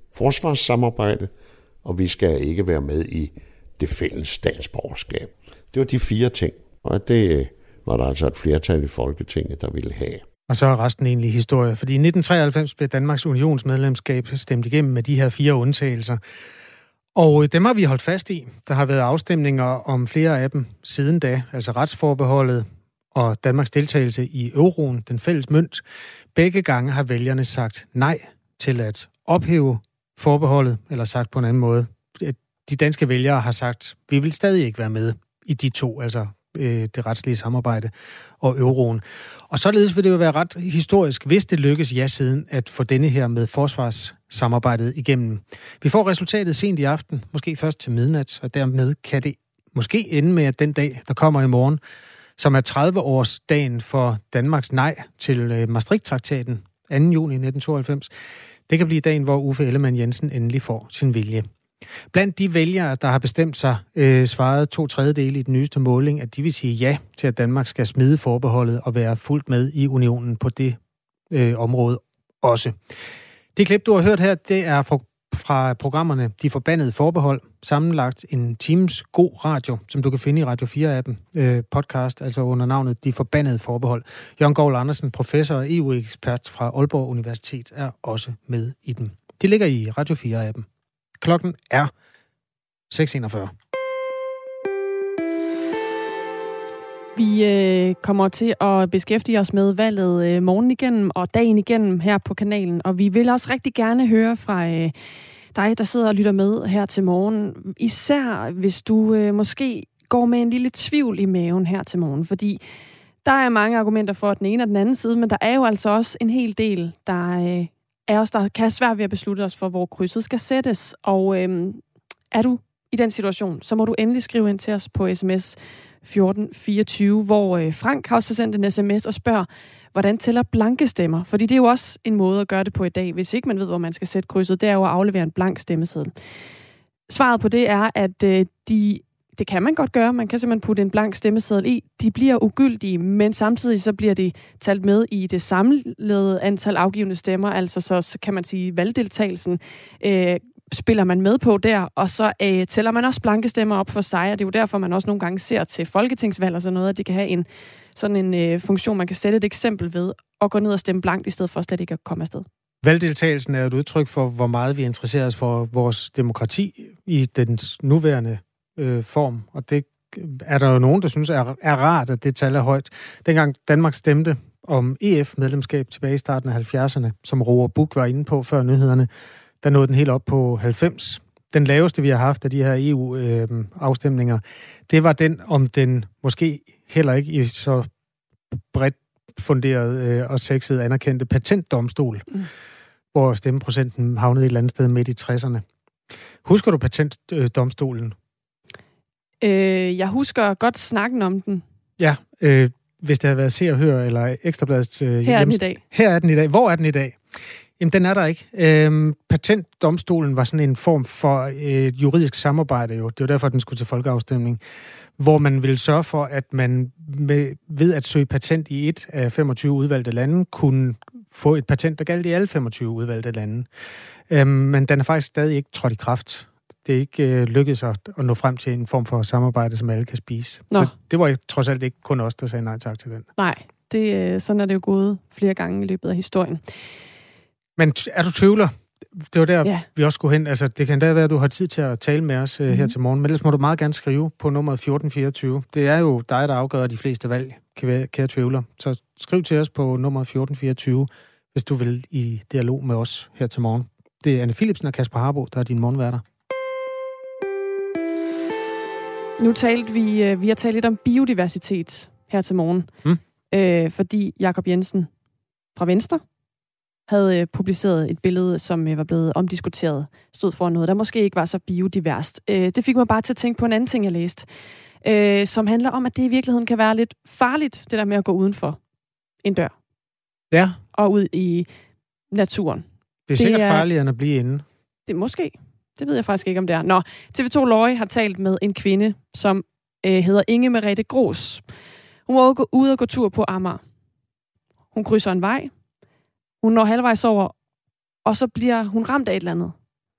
forsvarssamarbejde, og vi skal ikke være med i det fælles statsborgerskab. Det var de 4 ting, og det var der altså et flertal i Folketinget, der ville have. Og så er resten egentlig historie, fordi i 1993 blev Danmarks unionsmedlemskab stemt igennem med de her 4 undtagelser. Og dem har vi holdt fast i. Der har været afstemninger om flere af dem siden da, altså retsforbeholdet og Danmarks deltagelse i euroen, den fælles mønt. Begge gange har vælgerne sagt nej til at ophæve forbeholdet, eller sagt på en anden måde. De danske vælgere har sagt, vi vil stadig ikke være med i de 2, altså det retslige samarbejde og euroen. Og således vil det jo være ret historisk, hvis det lykkes ja-siden at få denne her med forsvarssamarbejdet igennem. Vi får resultatet sent i aften, måske først til midnat, og dermed kan det måske ende med, at den dag, der kommer i morgen, som er 30-årsdagen for Danmarks nej til Maastricht-traktaten 2. juni 1992, det kan blive dagen, hvor Uffe Ellemann-Jensen endelig får sin vilje. Blandt de vælgere, der har bestemt sig, svarede 2/3 i den nyeste måling, at de vil sige ja til, at Danmark skal smide forbeholdet og være fuldt med i unionen på det område også. Det klip, du har hørt her, det er fra programmerne De Forbandede Forbehold, sammenlagt en times god radio, som du kan finde i Radio 4-appen podcast, altså under navnet De Forbandede Forbehold. Jørgen Goul Andersen, professor og EU-ekspert fra Aalborg Universitet, er også med i den. Det ligger i Radio 4-appen. Klokken er 6:41. Vi kommer til at beskæftige os med valget morgen igennem og dagen igennem her på kanalen, og vi vil også rigtig gerne høre fra dig, der sidder og lytter med her til morgen. Især hvis du måske går med en lille tvivl i maven her til morgen, fordi der er mange argumenter for den ene og den anden side, men der er jo altså også en hel del, der er os, der kan have svært ved at beslutte os for, hvor krydset skal sættes. Og er du i den situation, så må du endelig skrive ind til os på sms 1424, hvor Frank har også sendt en sms og spørger, hvordan tæller blanke stemmer? Fordi det er jo også en måde at gøre det på i dag, hvis ikke man ved, hvor man skal sætte krydset. Det er jo at aflevere en blank stemmeseddel. Svaret på det er, at det kan man godt gøre. Man kan simpelthen putte en blank stemmeseddel i. De bliver ugyldige, men samtidig så bliver de talt med i det samlede antal afgivende stemmer. Altså så kan man sige, valgdeltagelsen spiller man med på der, og så tæller man også blanke stemmer op for sig, og det er jo derfor, man også nogle gange ser til folketingsvalg og sådan noget, at de kan have en funktion, man kan sætte et eksempel ved, og gå ned og stemme blankt, i stedet for slet ikke at komme afsted. Valgdeltagelsen er et udtryk for, hvor meget vi interesserer os for vores demokrati i dens nuværende form, og det er der jo nogen, der synes er rart, at det tal er højt. Dengang Danmark stemte om EF-medlemskab tilbage i starten af 70'erne, som Roar Buch var inde på før nyhederne, der nåede den helt op på 90. Den laveste, vi har haft af de her EU-afstemninger, det var den om den måske heller ikke i så bredt funderet og sexet anerkendte patentdomstol, hvor stemmeprocenten havnede et eller andet sted midt i 60'erne. Husker du patentdomstolen? Jeg husker godt snakken om den. Ja, hvis det havde været Se og Hør eller Ekstrabladets Her er den i dag. Her er den i dag. Hvor er den i dag? Jamen, den er der ikke. Patentdomstolen var sådan en form for juridisk samarbejde jo. Det var derfor, den skulle til folkeafstemning, hvor man ville sørge for, at man ved at søge patent i et af 25 udvalgte lande, kunne få et patent, der galt i alle 25 udvalgte lande. Men den er faktisk stadig ikke trådt i kraft. Det er ikke lykkedes at nå frem til en form for samarbejde, som alle kan spise. Nå. Så det var trods alt ikke kun os, der sagde nej tak til den. Nej, sådan er det jo gået flere gange i løbet af historien. Men er du tvivler? Det var der, vi også skulle hen. Altså, det kan da være, at du har tid til at tale med os her til morgen, men ellers må du meget gerne skrive på nummer 1424. Det er jo dig, der afgør de fleste valg, kære tvivler. Så skriv til os på nummer 1424, hvis du vil i dialog med os her til morgen. Det er Anne Philipsen og Kasper Harbo, der er dine morgenværter. Nu talte vi har talt lidt om biodiversitet her til morgen, fordi Jakob Jensen fra Venstre havde publiceret et billede, som var blevet omdiskuteret, stod for noget, der måske ikke var så biodiverst. Det fik mig bare til at tænke på en anden ting, jeg læste, som handler om, at det i virkeligheden kan være lidt farligt, det der med at gå udenfor en dør. Ja. Og ud i naturen. Det er sikkert farligere end at blive inde. Det måske. Det ved jeg faktisk ikke, om det er. Nå, TV2 Løje har talt med en kvinde, som hedder Inge Merete Gros. Hun var ude og gå tur på Amager. Hun krydser en vej. Hun når halvvejs over, og så bliver hun ramt af et eller andet.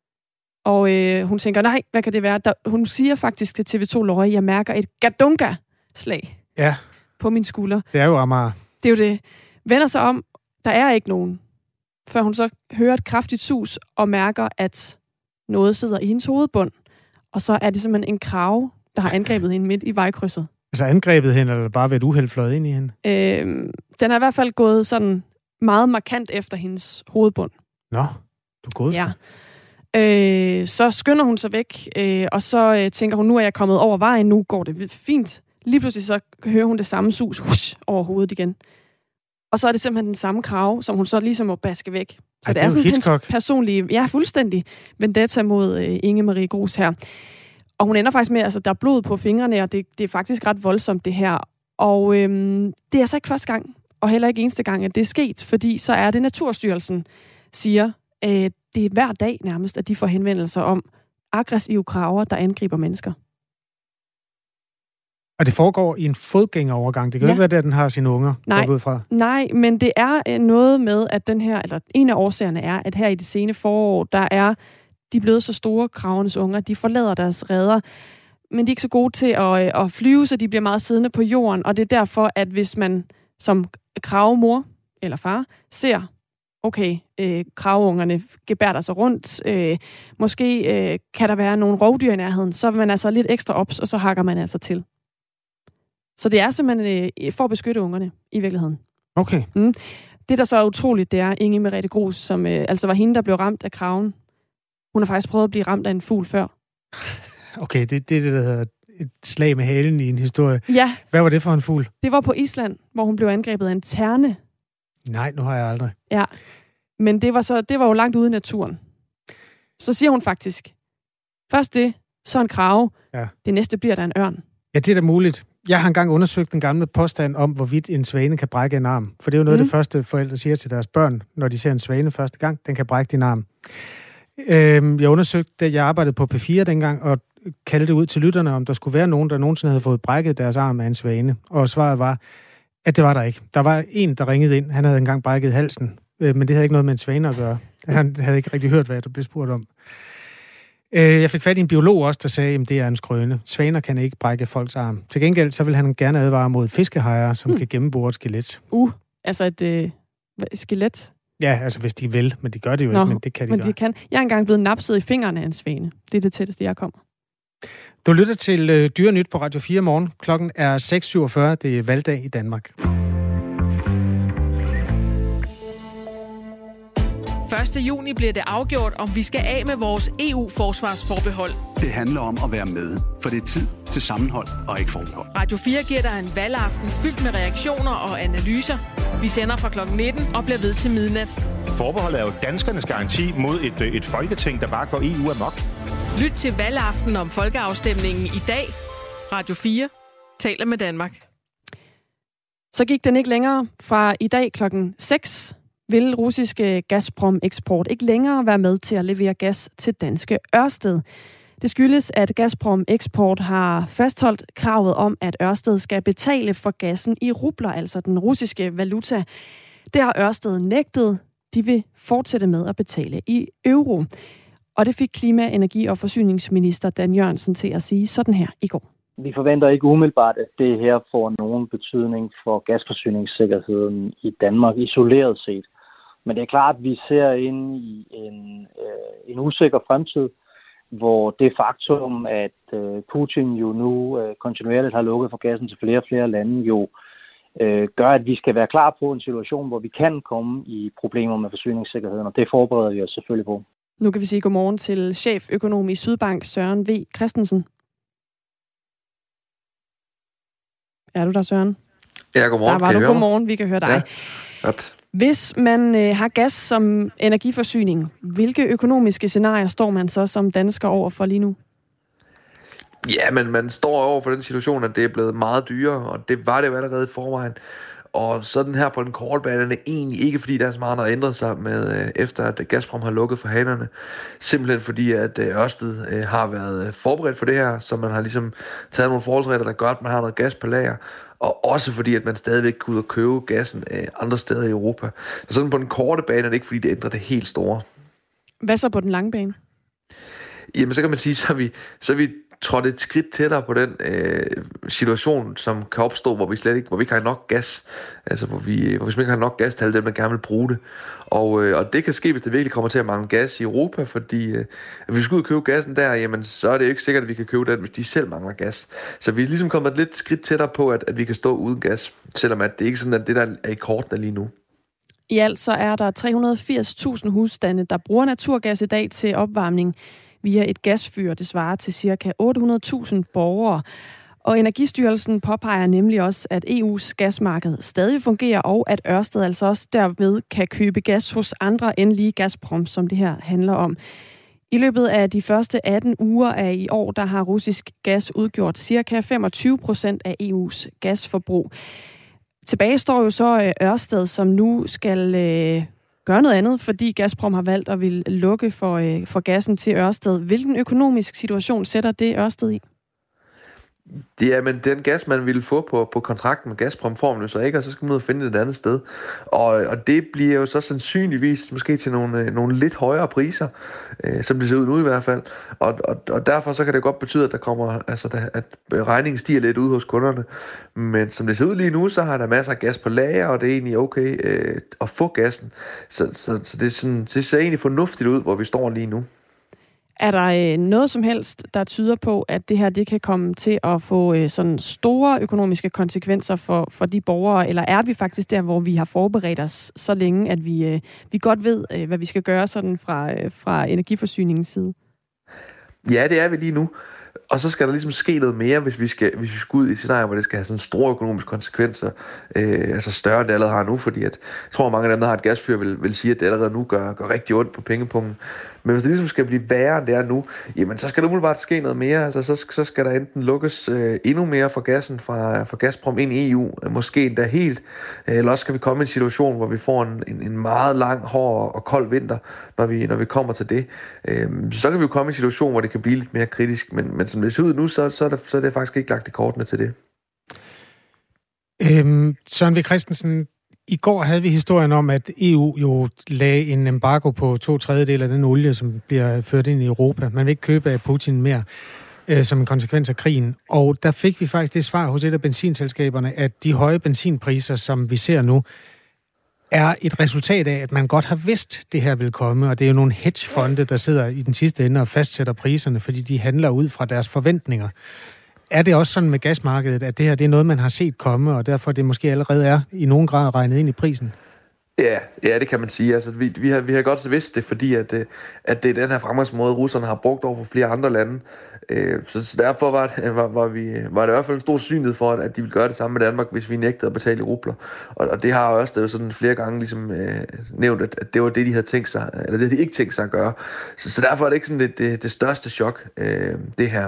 Og hun tænker, nej, hvad kan det være? Hun siger faktisk til TV2 Løje, jeg mærker et gadunga-slag på min skulder. Det er jo Amager. Det er jo det. Vender sig om, der er ikke nogen. Før hun så hører et kraftigt sus og mærker, at noget sidder i hendes hovedbund. Og så er det simpelthen en krage, der har angrebet hende midt i vejkrydset. Altså angrebet hende, eller bare ved et uheld fløjet ind i hende? Den er i hvert fald gået sådan meget markant efter hendes hovedbund. Nå, du godeste. Ja. Så skynder hun sig væk, og så tænker hun, nu er jeg kommet over vejen, nu går det fint. Lige pludselig så hører hun det samme sus over hovedet igen. Og så er det simpelthen den samme krage, som hun så ligesom må baske væk. Så det er sådan hendes personlige, fuldstændig vendetta mod Inge Marie Grus her. Og hun ender faktisk med, altså der er blod på fingrene, og det er faktisk ret voldsomt det her. Og det er altså ikke første gang, og heller ikke eneste gang, at det er sket, fordi så er det Naturstyrelsen siger, det er hver dag nærmest, at de får henvendelser om aggressive krager, der angriber mennesker. Og det foregår i en fodgængerovergang. Det kan ikke være der, den har sine unger. Nej, men det er noget med, at den her, eller en af årsagerne er, at her i det sene forår, der er de blevet så store, kragernes unger, de forlader deres reder, men de er ikke så gode til at flyve, så de bliver meget siddende på jorden, og det er derfor, at hvis man som kragemor eller far ser, okay, krageungerne gebærder sig rundt, måske kan der være nogle rovdyr i nærheden, så er man altså lidt ekstra ops, og så hakker man altså til. Så det er simpelthen for at beskytte ungerne, i virkeligheden. Okay. Det, der så er utroligt, det er Inge Merete Grus, som altså var hende, der blev ramt af kragen. Hun har faktisk prøvet at blive ramt af en fugl før. Okay, det er det, der hedder et slag med halen i en historie. Ja. Hvad var det for en fugl? Det var på Island, hvor hun blev angrebet af en terne. Nej, nu har jeg aldrig. Ja, men det var jo langt ude i naturen. Så siger hun faktisk, først det, så en krage. Ja. Det næste bliver der en ørn. Ja, det er da muligt. Jeg har engang undersøgt den gamle påstand om, hvorvidt en svane kan brække en arm. For det er jo noget af det første, forældre siger til deres børn, når de ser en svane første gang. Den kan brække din arm. Jeg undersøgte, da jeg arbejdede på P4 dengang, og kaldte ud til lytterne, om der skulle være nogen, der nogensinde havde fået brækket deres arm af en svane. Og svaret var, at det var der ikke. Der var en, der ringede ind. Han havde engang brækket halsen, men det havde ikke noget med en svane at gøre. Han havde ikke rigtig hørt, hvad der blev spurgt om. Jeg fik fat i en biolog også, der sagde, at det er en skrøne. Svaner kan ikke brække folks arm. Til gengæld, så vil han gerne advare mod fiskehajer, som kan gennembore et skelet. Altså et skelet? Ja, altså hvis de vil, men de gør det jo ikke, men det kan de gøre. Jeg er engang blevet napset i fingrene af en svane. Det er det tætteste, jeg kommer. Du lytter til Dyrenyt på Radio 4 morgen. Klokken er 6.47. Det er valgdag i Danmark. 1. juni bliver det afgjort, om vi skal af med vores EU-forsvarsforbehold. Det handler om at være med, for det er tid til sammenhold og ikke forbehold. Radio 4 giver dig en valgaften fyldt med reaktioner og analyser. Vi sender fra kl. 19 og bliver ved til midnat. Forbeholdet er jo danskernes garanti mod et folketing, der bare går EU amok. Lyt til valgaften om folkeafstemningen i dag. Radio 4 taler med Danmark. Så gik den ikke længere. Fra i dag klokken 6 vil russiske Gazprom Eksport ikke længere være med til at levere gas til danske Ørsted. Det skyldes, at Gazprom Eksport har fastholdt kravet om, at Ørsted skal betale for gassen i rubler, altså den russiske valuta. Det har Ørsted nægtet. De vil fortsætte med at betale i euro. Og det fik klima-, energi- og forsyningsminister Dan Jørgensen til at sige sådan her i går. Vi forventer ikke umiddelbart, at det her får nogen betydning for gasforsyningssikkerheden i Danmark isoleret set. Men det er klart, at vi ser ind i en usikker fremtid, hvor det faktum, at Putin jo nu kontinuerligt har lukket for gassen til flere og flere lande, jo gør, at vi skal være klar på en situation, hvor vi kan komme i problemer med forsyningssikkerheden, og det forbereder vi os selvfølgelig på. Nu kan vi sige godmorgen til cheføkonom i Sydbank, Søren V. Christensen. Er du der, Søren? Ja, godmorgen. Der var du. Godmorgen, vi kan høre dig. Ja, godt. Hvis man har gas som energiforsyning, hvilke økonomiske scenarier står man så som dansker over for lige nu? Ja, men man står over for den situation, at det er blevet meget dyrere, og det var det jo allerede i forvejen. Og sådan her på den korte bane er det egentlig ikke, fordi der er så meget, der har ændret sig med, efter at Gazprom har lukket for hanerne. Simpelthen fordi, at Ørsted har været forberedt for det her, så man har ligesom taget nogle forholdsregler, der gør, at man har noget gas på lager. Og også fordi, at man stadigvæk kan ud og købe gassen andre steder i Europa. Så sådan på den korte bane er det ikke, fordi det ændrer det helt store. Hvad så på den lange bane? Jamen, så kan man sige, så er vi trådt et skridt tættere på den situation, som kan opstå, hvor vi ikke har nok gas. Altså, hvor vi ikke har nok gas til alle dem, der gerne vil bruge det. Og det kan ske, hvis det virkelig kommer til at mangle gas i Europa, fordi hvis vi skal ud og købe gassen der, jamen, så er det jo ikke sikkert, at vi kan købe den, hvis de selv mangler gas. Så vi er ligesom kommet et lidt skridt tættere på, at vi kan stå uden gas, selvom at det ikke er sådan, at det der er i kortene lige nu. I alt så er der 380.000 husstande, der bruger naturgas i dag til opvarmning via et gasfyr. Det svarer til ca. 800.000 borgere. Og Energistyrelsen påpeger nemlig også, at EU's gasmarked stadig fungerer, og at Ørsted altså også derved kan købe gas hos andre end lige Gazprom, som det her handler om. I løbet af de første 18 uger af i år, der har russisk gas udgjort ca. 25% af EU's gasforbrug. Tilbage står jo så Ørsted, som nu skal gøre noget andet, fordi Gazprom har valgt at ville lukke for gassen til Ørsted. Hvilken økonomisk situation sætter det Ørsted i? Ja, men den gas, man ville få på kontrakten med Gazprom, får man jo så ikke, og så skal man ud og finde det et andet sted. Og det bliver jo så sandsynligvis måske til nogle lidt højere priser, som det ser ud nu i hvert fald. Og derfor så kan det godt betyde, at der kommer, at regningen stiger lidt ud hos kunderne. Men som det ser ud lige nu, så har der masser af gas på lager, og det er egentlig okay at få gassen. Så det ser egentlig fornuftigt ud, hvor vi står lige nu. Er der noget som helst, der tyder på, at det her det kan komme til at få sådan store økonomiske konsekvenser for de borgere, eller er vi faktisk der, hvor vi har forberedt os så længe, at vi godt ved, hvad vi skal gøre sådan fra energiforsyningens side? Ja, det er vi lige nu. Og så skal der ligesom ske noget mere, hvis vi skal ud i et scenarie, hvor det skal have sådan store økonomiske konsekvenser, altså større end det allerede har nu, fordi jeg tror, at mange af dem, der har et gasfyr, vil sige, at det allerede nu gør rigtig ondt på pengepunkten. Men hvis det ligesom skal blive værre end det er nu, jamen så skal der umiddelbart ske noget mere. Altså så skal der enten lukkes endnu mere for gassen fra Gazprom ind i EU, måske endda helt, eller også skal vi komme i en situation, hvor vi får en meget lang, hård og kold vinter, når vi kommer til det. Så kan vi jo komme i en situation, hvor det kan blive lidt mere kritisk, men som det ser ud nu, så er det faktisk ikke lagt i kortene til det. Søren V. Christensen, i går havde vi historien om, at EU jo lagde en embargo på 2/3 af den olie, som bliver ført ind i Europa. Man vil ikke købe af Putin mere som en konsekvens af krigen. Og der fik vi faktisk det svar hos et af benzinselskaberne, at de høje benzinpriser, som vi ser nu, er et resultat af, at man godt har vidst, det her vil komme. Og det er jo nogle hedgefonde, der sidder i den sidste ende og fastsætter priserne, fordi de handler ud fra deres forventninger. Er det også sådan med gasmarkedet, at det her det er noget, man har set komme, og derfor det måske allerede er i nogen grad regnet ind i prisen? Ja, det kan man sige. Altså, vi har godt vidst det, fordi at det er den her fremgangsmåde, russerne har brugt over for flere andre lande. Så derfor var det i hvert fald en stor synlighed for, at de ville gøre det samme med Danmark, hvis vi nægtede at betale i rubler. Og det har også det sådan flere gange ligesom, nævnt, at det var det, de havde tænkt sig, eller det, de ikke tænkt sig at gøre. Så derfor er det ikke sådan det største chok, det her.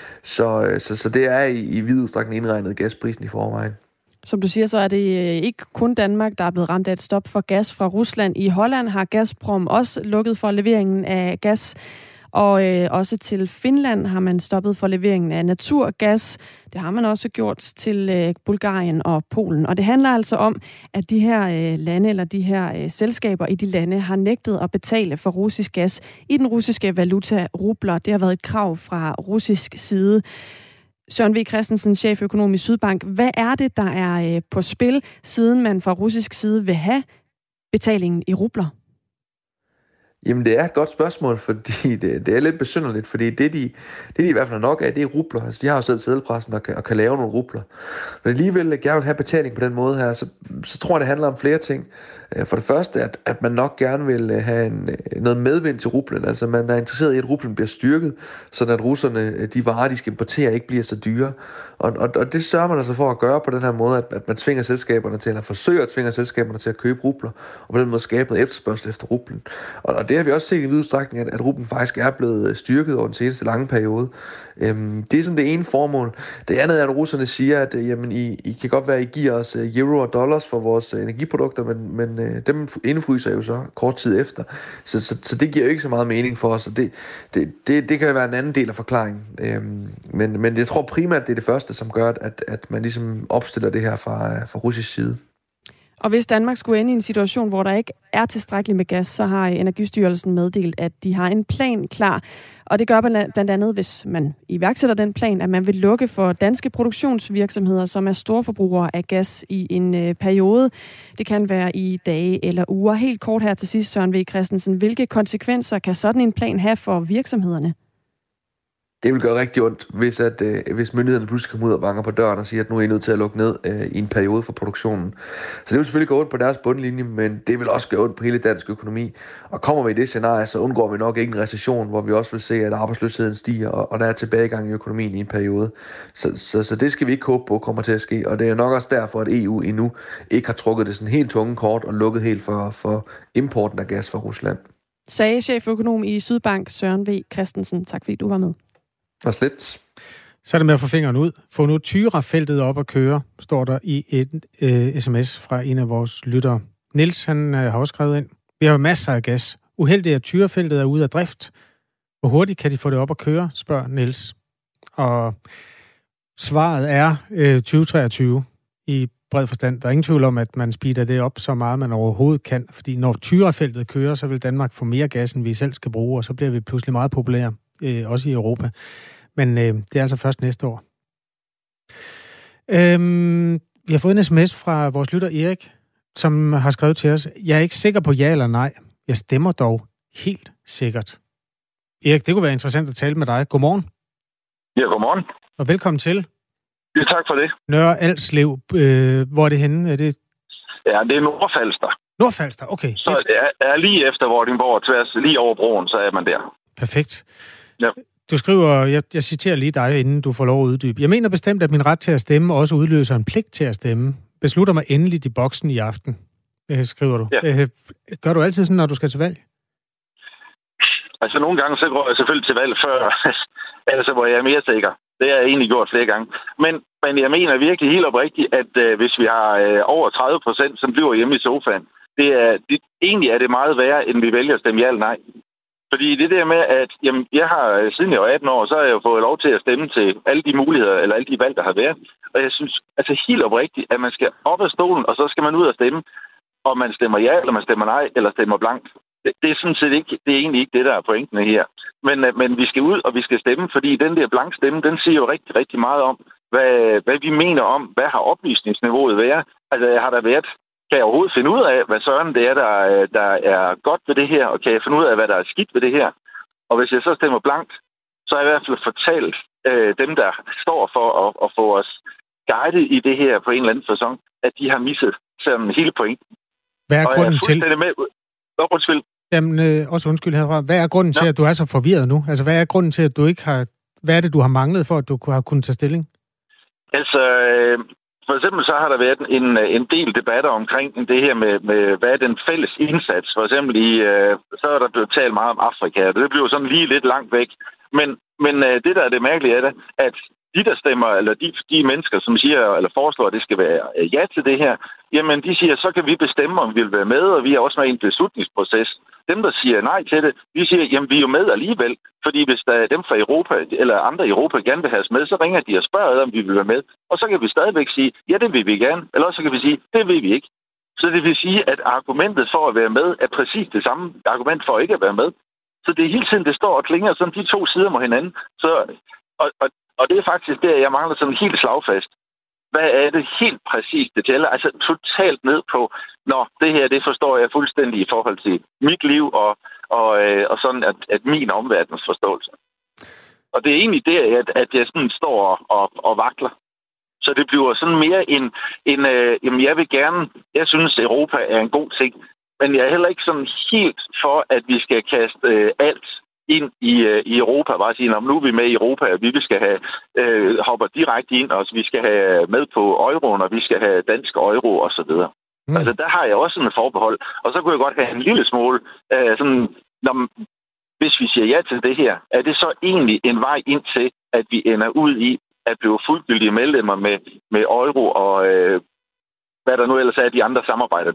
Så det er i vid udstrækning indregnet gasprisen i forvejen. Som du siger, så er det ikke kun Danmark, der er blevet ramt af et stop for gas fra Rusland. I Holland har Gazprom også lukket for leveringen af gas, og også til Finland har man stoppet for leveringen af naturgas. Det har man også gjort til Bulgarien og Polen. Og det handler altså om, at de her lande eller de her selskaber i de lande har nægtet at betale for russisk gas i den russiske valuta rubler. Det har været et krav fra russisk side. Søren V. Christensen, cheføkonom i Sydbank. Hvad er det, der er på spil, siden man fra russisk side vil have betalingen i rubler? Jamen, det er et godt spørgsmål, fordi det er lidt besynderligt, fordi det de i hvert fald nok af, det er rubler. Altså, de har jo selv seddelpressen og kan lave nogle rubler. Men alligevel gerne vil have betaling på den måde her, så tror jeg, det handler om flere ting. For det første, at man nok gerne vil have noget medvind til rublen. Altså, man er interesseret i, at rublen bliver styrket, så at russerne, de varer, de skal importere, ikke bliver så dyre. Og det sørger man altså for at gøre på den her måde, at man tvinger selskaberne til, eller forsøger at tvinge selskaberne til at købe rubler, og på den måde skabe noget efterspørgsel efter rublen. Og det har vi også set i vid udstrækning, at rublen faktisk er blevet styrket over den seneste lange periode. Det er sådan det ene formål. Det andet er, at russerne siger, at jamen, I kan godt være, at I giver os euro og dollars for vores energiprodukter, men dem indfryser jo så kort tid efter. Så det giver jo ikke så meget mening for os, og det kan jo være en anden del af forklaringen. Men jeg tror primært, det er det første, som gør, at man ligesom opstiller det her fra russisk side. Og hvis Danmark skulle ende i en situation, hvor der ikke er tilstrækkeligt med gas, så har Energistyrelsen meddelt, at de har en plan klar. Og det gør blandt andet, hvis man iværksætter den plan, at man vil lukke for danske produktionsvirksomheder, som er storforbrugere af gas i en periode. Det kan være i dage eller uger. Helt kort her til sidst, Søren V. Christensen. Hvilke konsekvenser kan sådan en plan have for virksomhederne? Det vil gøre rigtig ondt, hvis myndighederne pludselig kommer ud og banker på døren og siger, at nu er I nødt til at lukke ned i en periode for produktionen. Så det vil selvfølgelig gå ondt på deres bundlinje, men det vil også gøre ondt på hele dansk økonomi. Og kommer vi i det scenarie, så undgår vi nok ikke en recession, hvor vi også vil se, at arbejdsløsheden stiger, og der er tilbagegang i økonomien i en periode. Så det skal vi ikke håbe på kommer til at ske, og det er nok også derfor, at EU endnu ikke har trukket det sådan helt tunge kort og lukket helt for importen af gas fra Rusland. Sagde cheføkonom i Sydbank, Søren V. Christensen. Tak fordi du var med. Og slet. Så er det med at få fingeren ud. Få nu Tyra-feltet op at køre, står der i et sms fra en af vores lyttere. Niels, han har også skrevet ind. Vi har jo masser af gas. Uheldigt, at Tyra-feltet er ude af drift. Hvor hurtigt kan de få det op at køre, spørger Niels. Og svaret er 2023 i bred forstand. Der er ingen tvivl om, at man speeder det op så meget, man overhovedet kan. Fordi når Tyra-feltet kører, så vil Danmark få mere gas, end vi selv skal bruge, og så bliver vi pludselig meget populære. Også i Europa. Men det er altså først næste år. Vi har fået en sms fra vores lytter Erik, som har skrevet til os, jeg er ikke sikker på ja eller nej. Jeg stemmer dog helt sikkert. Erik, det kunne være interessant at tale med dig. Godmorgen. Ja, godmorgen. Og velkommen til. Ja, tak for det. Nørre Alslev. Hvor er det henne? Ja, det er Nordfalster. Nordfalster, okay. Så det er lige efter Vordingborg, tværs lige over broen, så er man der. Perfekt. Ja. Du skriver, jeg citerer lige dig, inden du får lov at uddybe. Jeg mener bestemt, at min ret til at stemme også udløser en pligt til at stemme. Beslutter mig endeligt i boksen i aften, skriver du. Ja. Gør du altid sådan, når du skal til valg? Altså nogle gange, så går jeg selvfølgelig til valg før, altså hvor jeg er mere sikker. Det har jeg egentlig gjort flere gange. Men jeg mener virkelig helt oprigtigt, at hvis vi har over 30%, som bliver hjemme i sofaen, egentlig er det meget værre, end vi vælger at stemme ja eller nej. Fordi det der med, at jamen, jeg har siden jeg var 18 år, så har jeg jo fået lov til at stemme til alle de muligheder, eller alle de valg, der har været. Og jeg synes altså helt oprigtigt, at man skal op af stolen, og så skal man ud og stemme. Og man stemmer ja, eller man stemmer nej, eller stemmer blankt. Det er sådan set ikke, det er egentlig ikke det, der er pointene her. Men vi skal ud, og vi skal stemme, fordi den der blank stemme, den siger jo rigtig, rigtig meget om, hvad vi mener om, hvad har oplysningsniveauet været. Altså har der været... Kan jeg overhovedet finde ud af, hvad søren det er, der er godt ved det her, og kan jeg finde ud af, hvad der er skidt ved det her? Og hvis jeg så stemmer blankt, så har jeg i hvert fald fortalt dem, der står for at få os guidet i det her på en eller anden facon, at de har misset sådan hele pointen. Hvad er grunden til... Undskyld. Jamen, også undskyld herfra. Hvad er grunden til, at du er så forvirret nu? Altså, hvad er grunden til, at du ikke har... Hvad er det, du har manglet for, at du har kunnet tage stilling? Altså... For eksempel så har der været en del debatter omkring det her med hvad er den fælles indsats. For eksempel så er der blevet talt meget om Afrika, og det bliver sådan lige lidt langt væk. Men det, der er det mærkelige, er det, at de, der stemmer, eller de mennesker, som siger eller foreslår, at det skal være ja til det her, jamen de siger, så kan vi bestemme, om vi vil være med, og vi er også med i en beslutningsproces. Dem, der siger nej til det, de siger, jamen vi er jo med alligevel, fordi hvis der er dem fra Europa, eller andre i Europa gerne vil have os med, så ringer de og spørger, om vi vil være med. Og så kan vi stadigvæk sige, ja, det vil vi gerne, eller så kan vi sige, det vil vi ikke. Så det vil sige, at argumentet for at være med er præcis det samme argument for ikke at være med. Så det er hele tiden, det står og klinger sådan de to sider mod hinanden. Så, og det er faktisk det, jeg mangler sådan helt slagfast. Hvad er det helt præcist, det tæller? Altså totalt ned på, det her, det forstår jeg fuldstændig i forhold til mit liv og sådan, at min omverdens forståelse. Og det er egentlig det, at jeg sådan står og vakler. Så det bliver sådan mere jamen jeg vil gerne, jeg synes, Europa er en god ting, men jeg er heller ikke sådan helt for, at vi skal kaste alt ind i Europa, bare sige, nu er vi med i Europa, og vi skal have hopper direkte ind, og vi skal have med på euroen, og vi skal have dansk euro, og så videre. Altså, der har jeg også sådan et forbehold. Og så kunne jeg godt have en lille smule, hvis vi siger ja til det her, er det så egentlig en vej ind til, at vi ender ud i at blive fuldgyldige medlemmer med euro, og hvad der nu ellers er de andre samarbejder.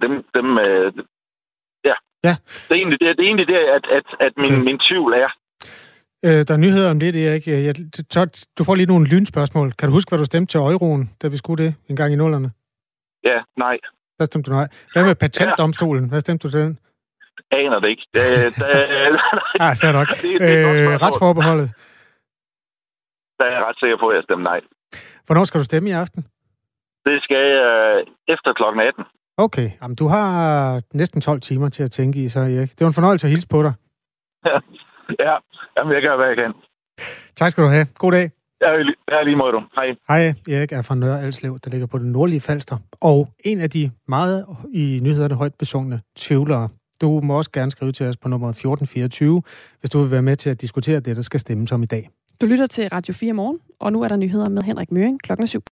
Ja. Det er egentlig det, at min tvivl er. Der er nyheder om det, Erik. Du får lige nogle lynspørgsmål. Kan du huske, hvad du stemte til euroen, da vi skulle det en gang i nullerne? Ja, nej. Hvad stemte du nej? Hvad med patentdomstolen? Hvad stemte du til den? Aner det ikke. Fair nok. Retsforbeholdet? Der er jeg ret sikker på, at jeg stemmer nej. Hvornår skal du stemme i aften? Det skal jeg efter klokken 18. Okay, jamen, du har næsten 12 timer til at tænke i, så Erik. Det var en fornøjelse at hilse på dig. Ja, jamen, jeg gør, hvad jeg kan. Tak skal du have. God dag. Ja, lige måde du. Hej. Hej, Erik er fra Nørre Alslev, der ligger på den nordlige Falster. Og en af de meget i nyhederne højt besungne tvivlere. Du må også gerne skrive til os på nummer 1424, hvis du vil være med til at diskutere det, der skal stemmes om i dag. Du lytter til Radio 4 Morgen, og nu er der nyheder med Henrik Møring klokken 7.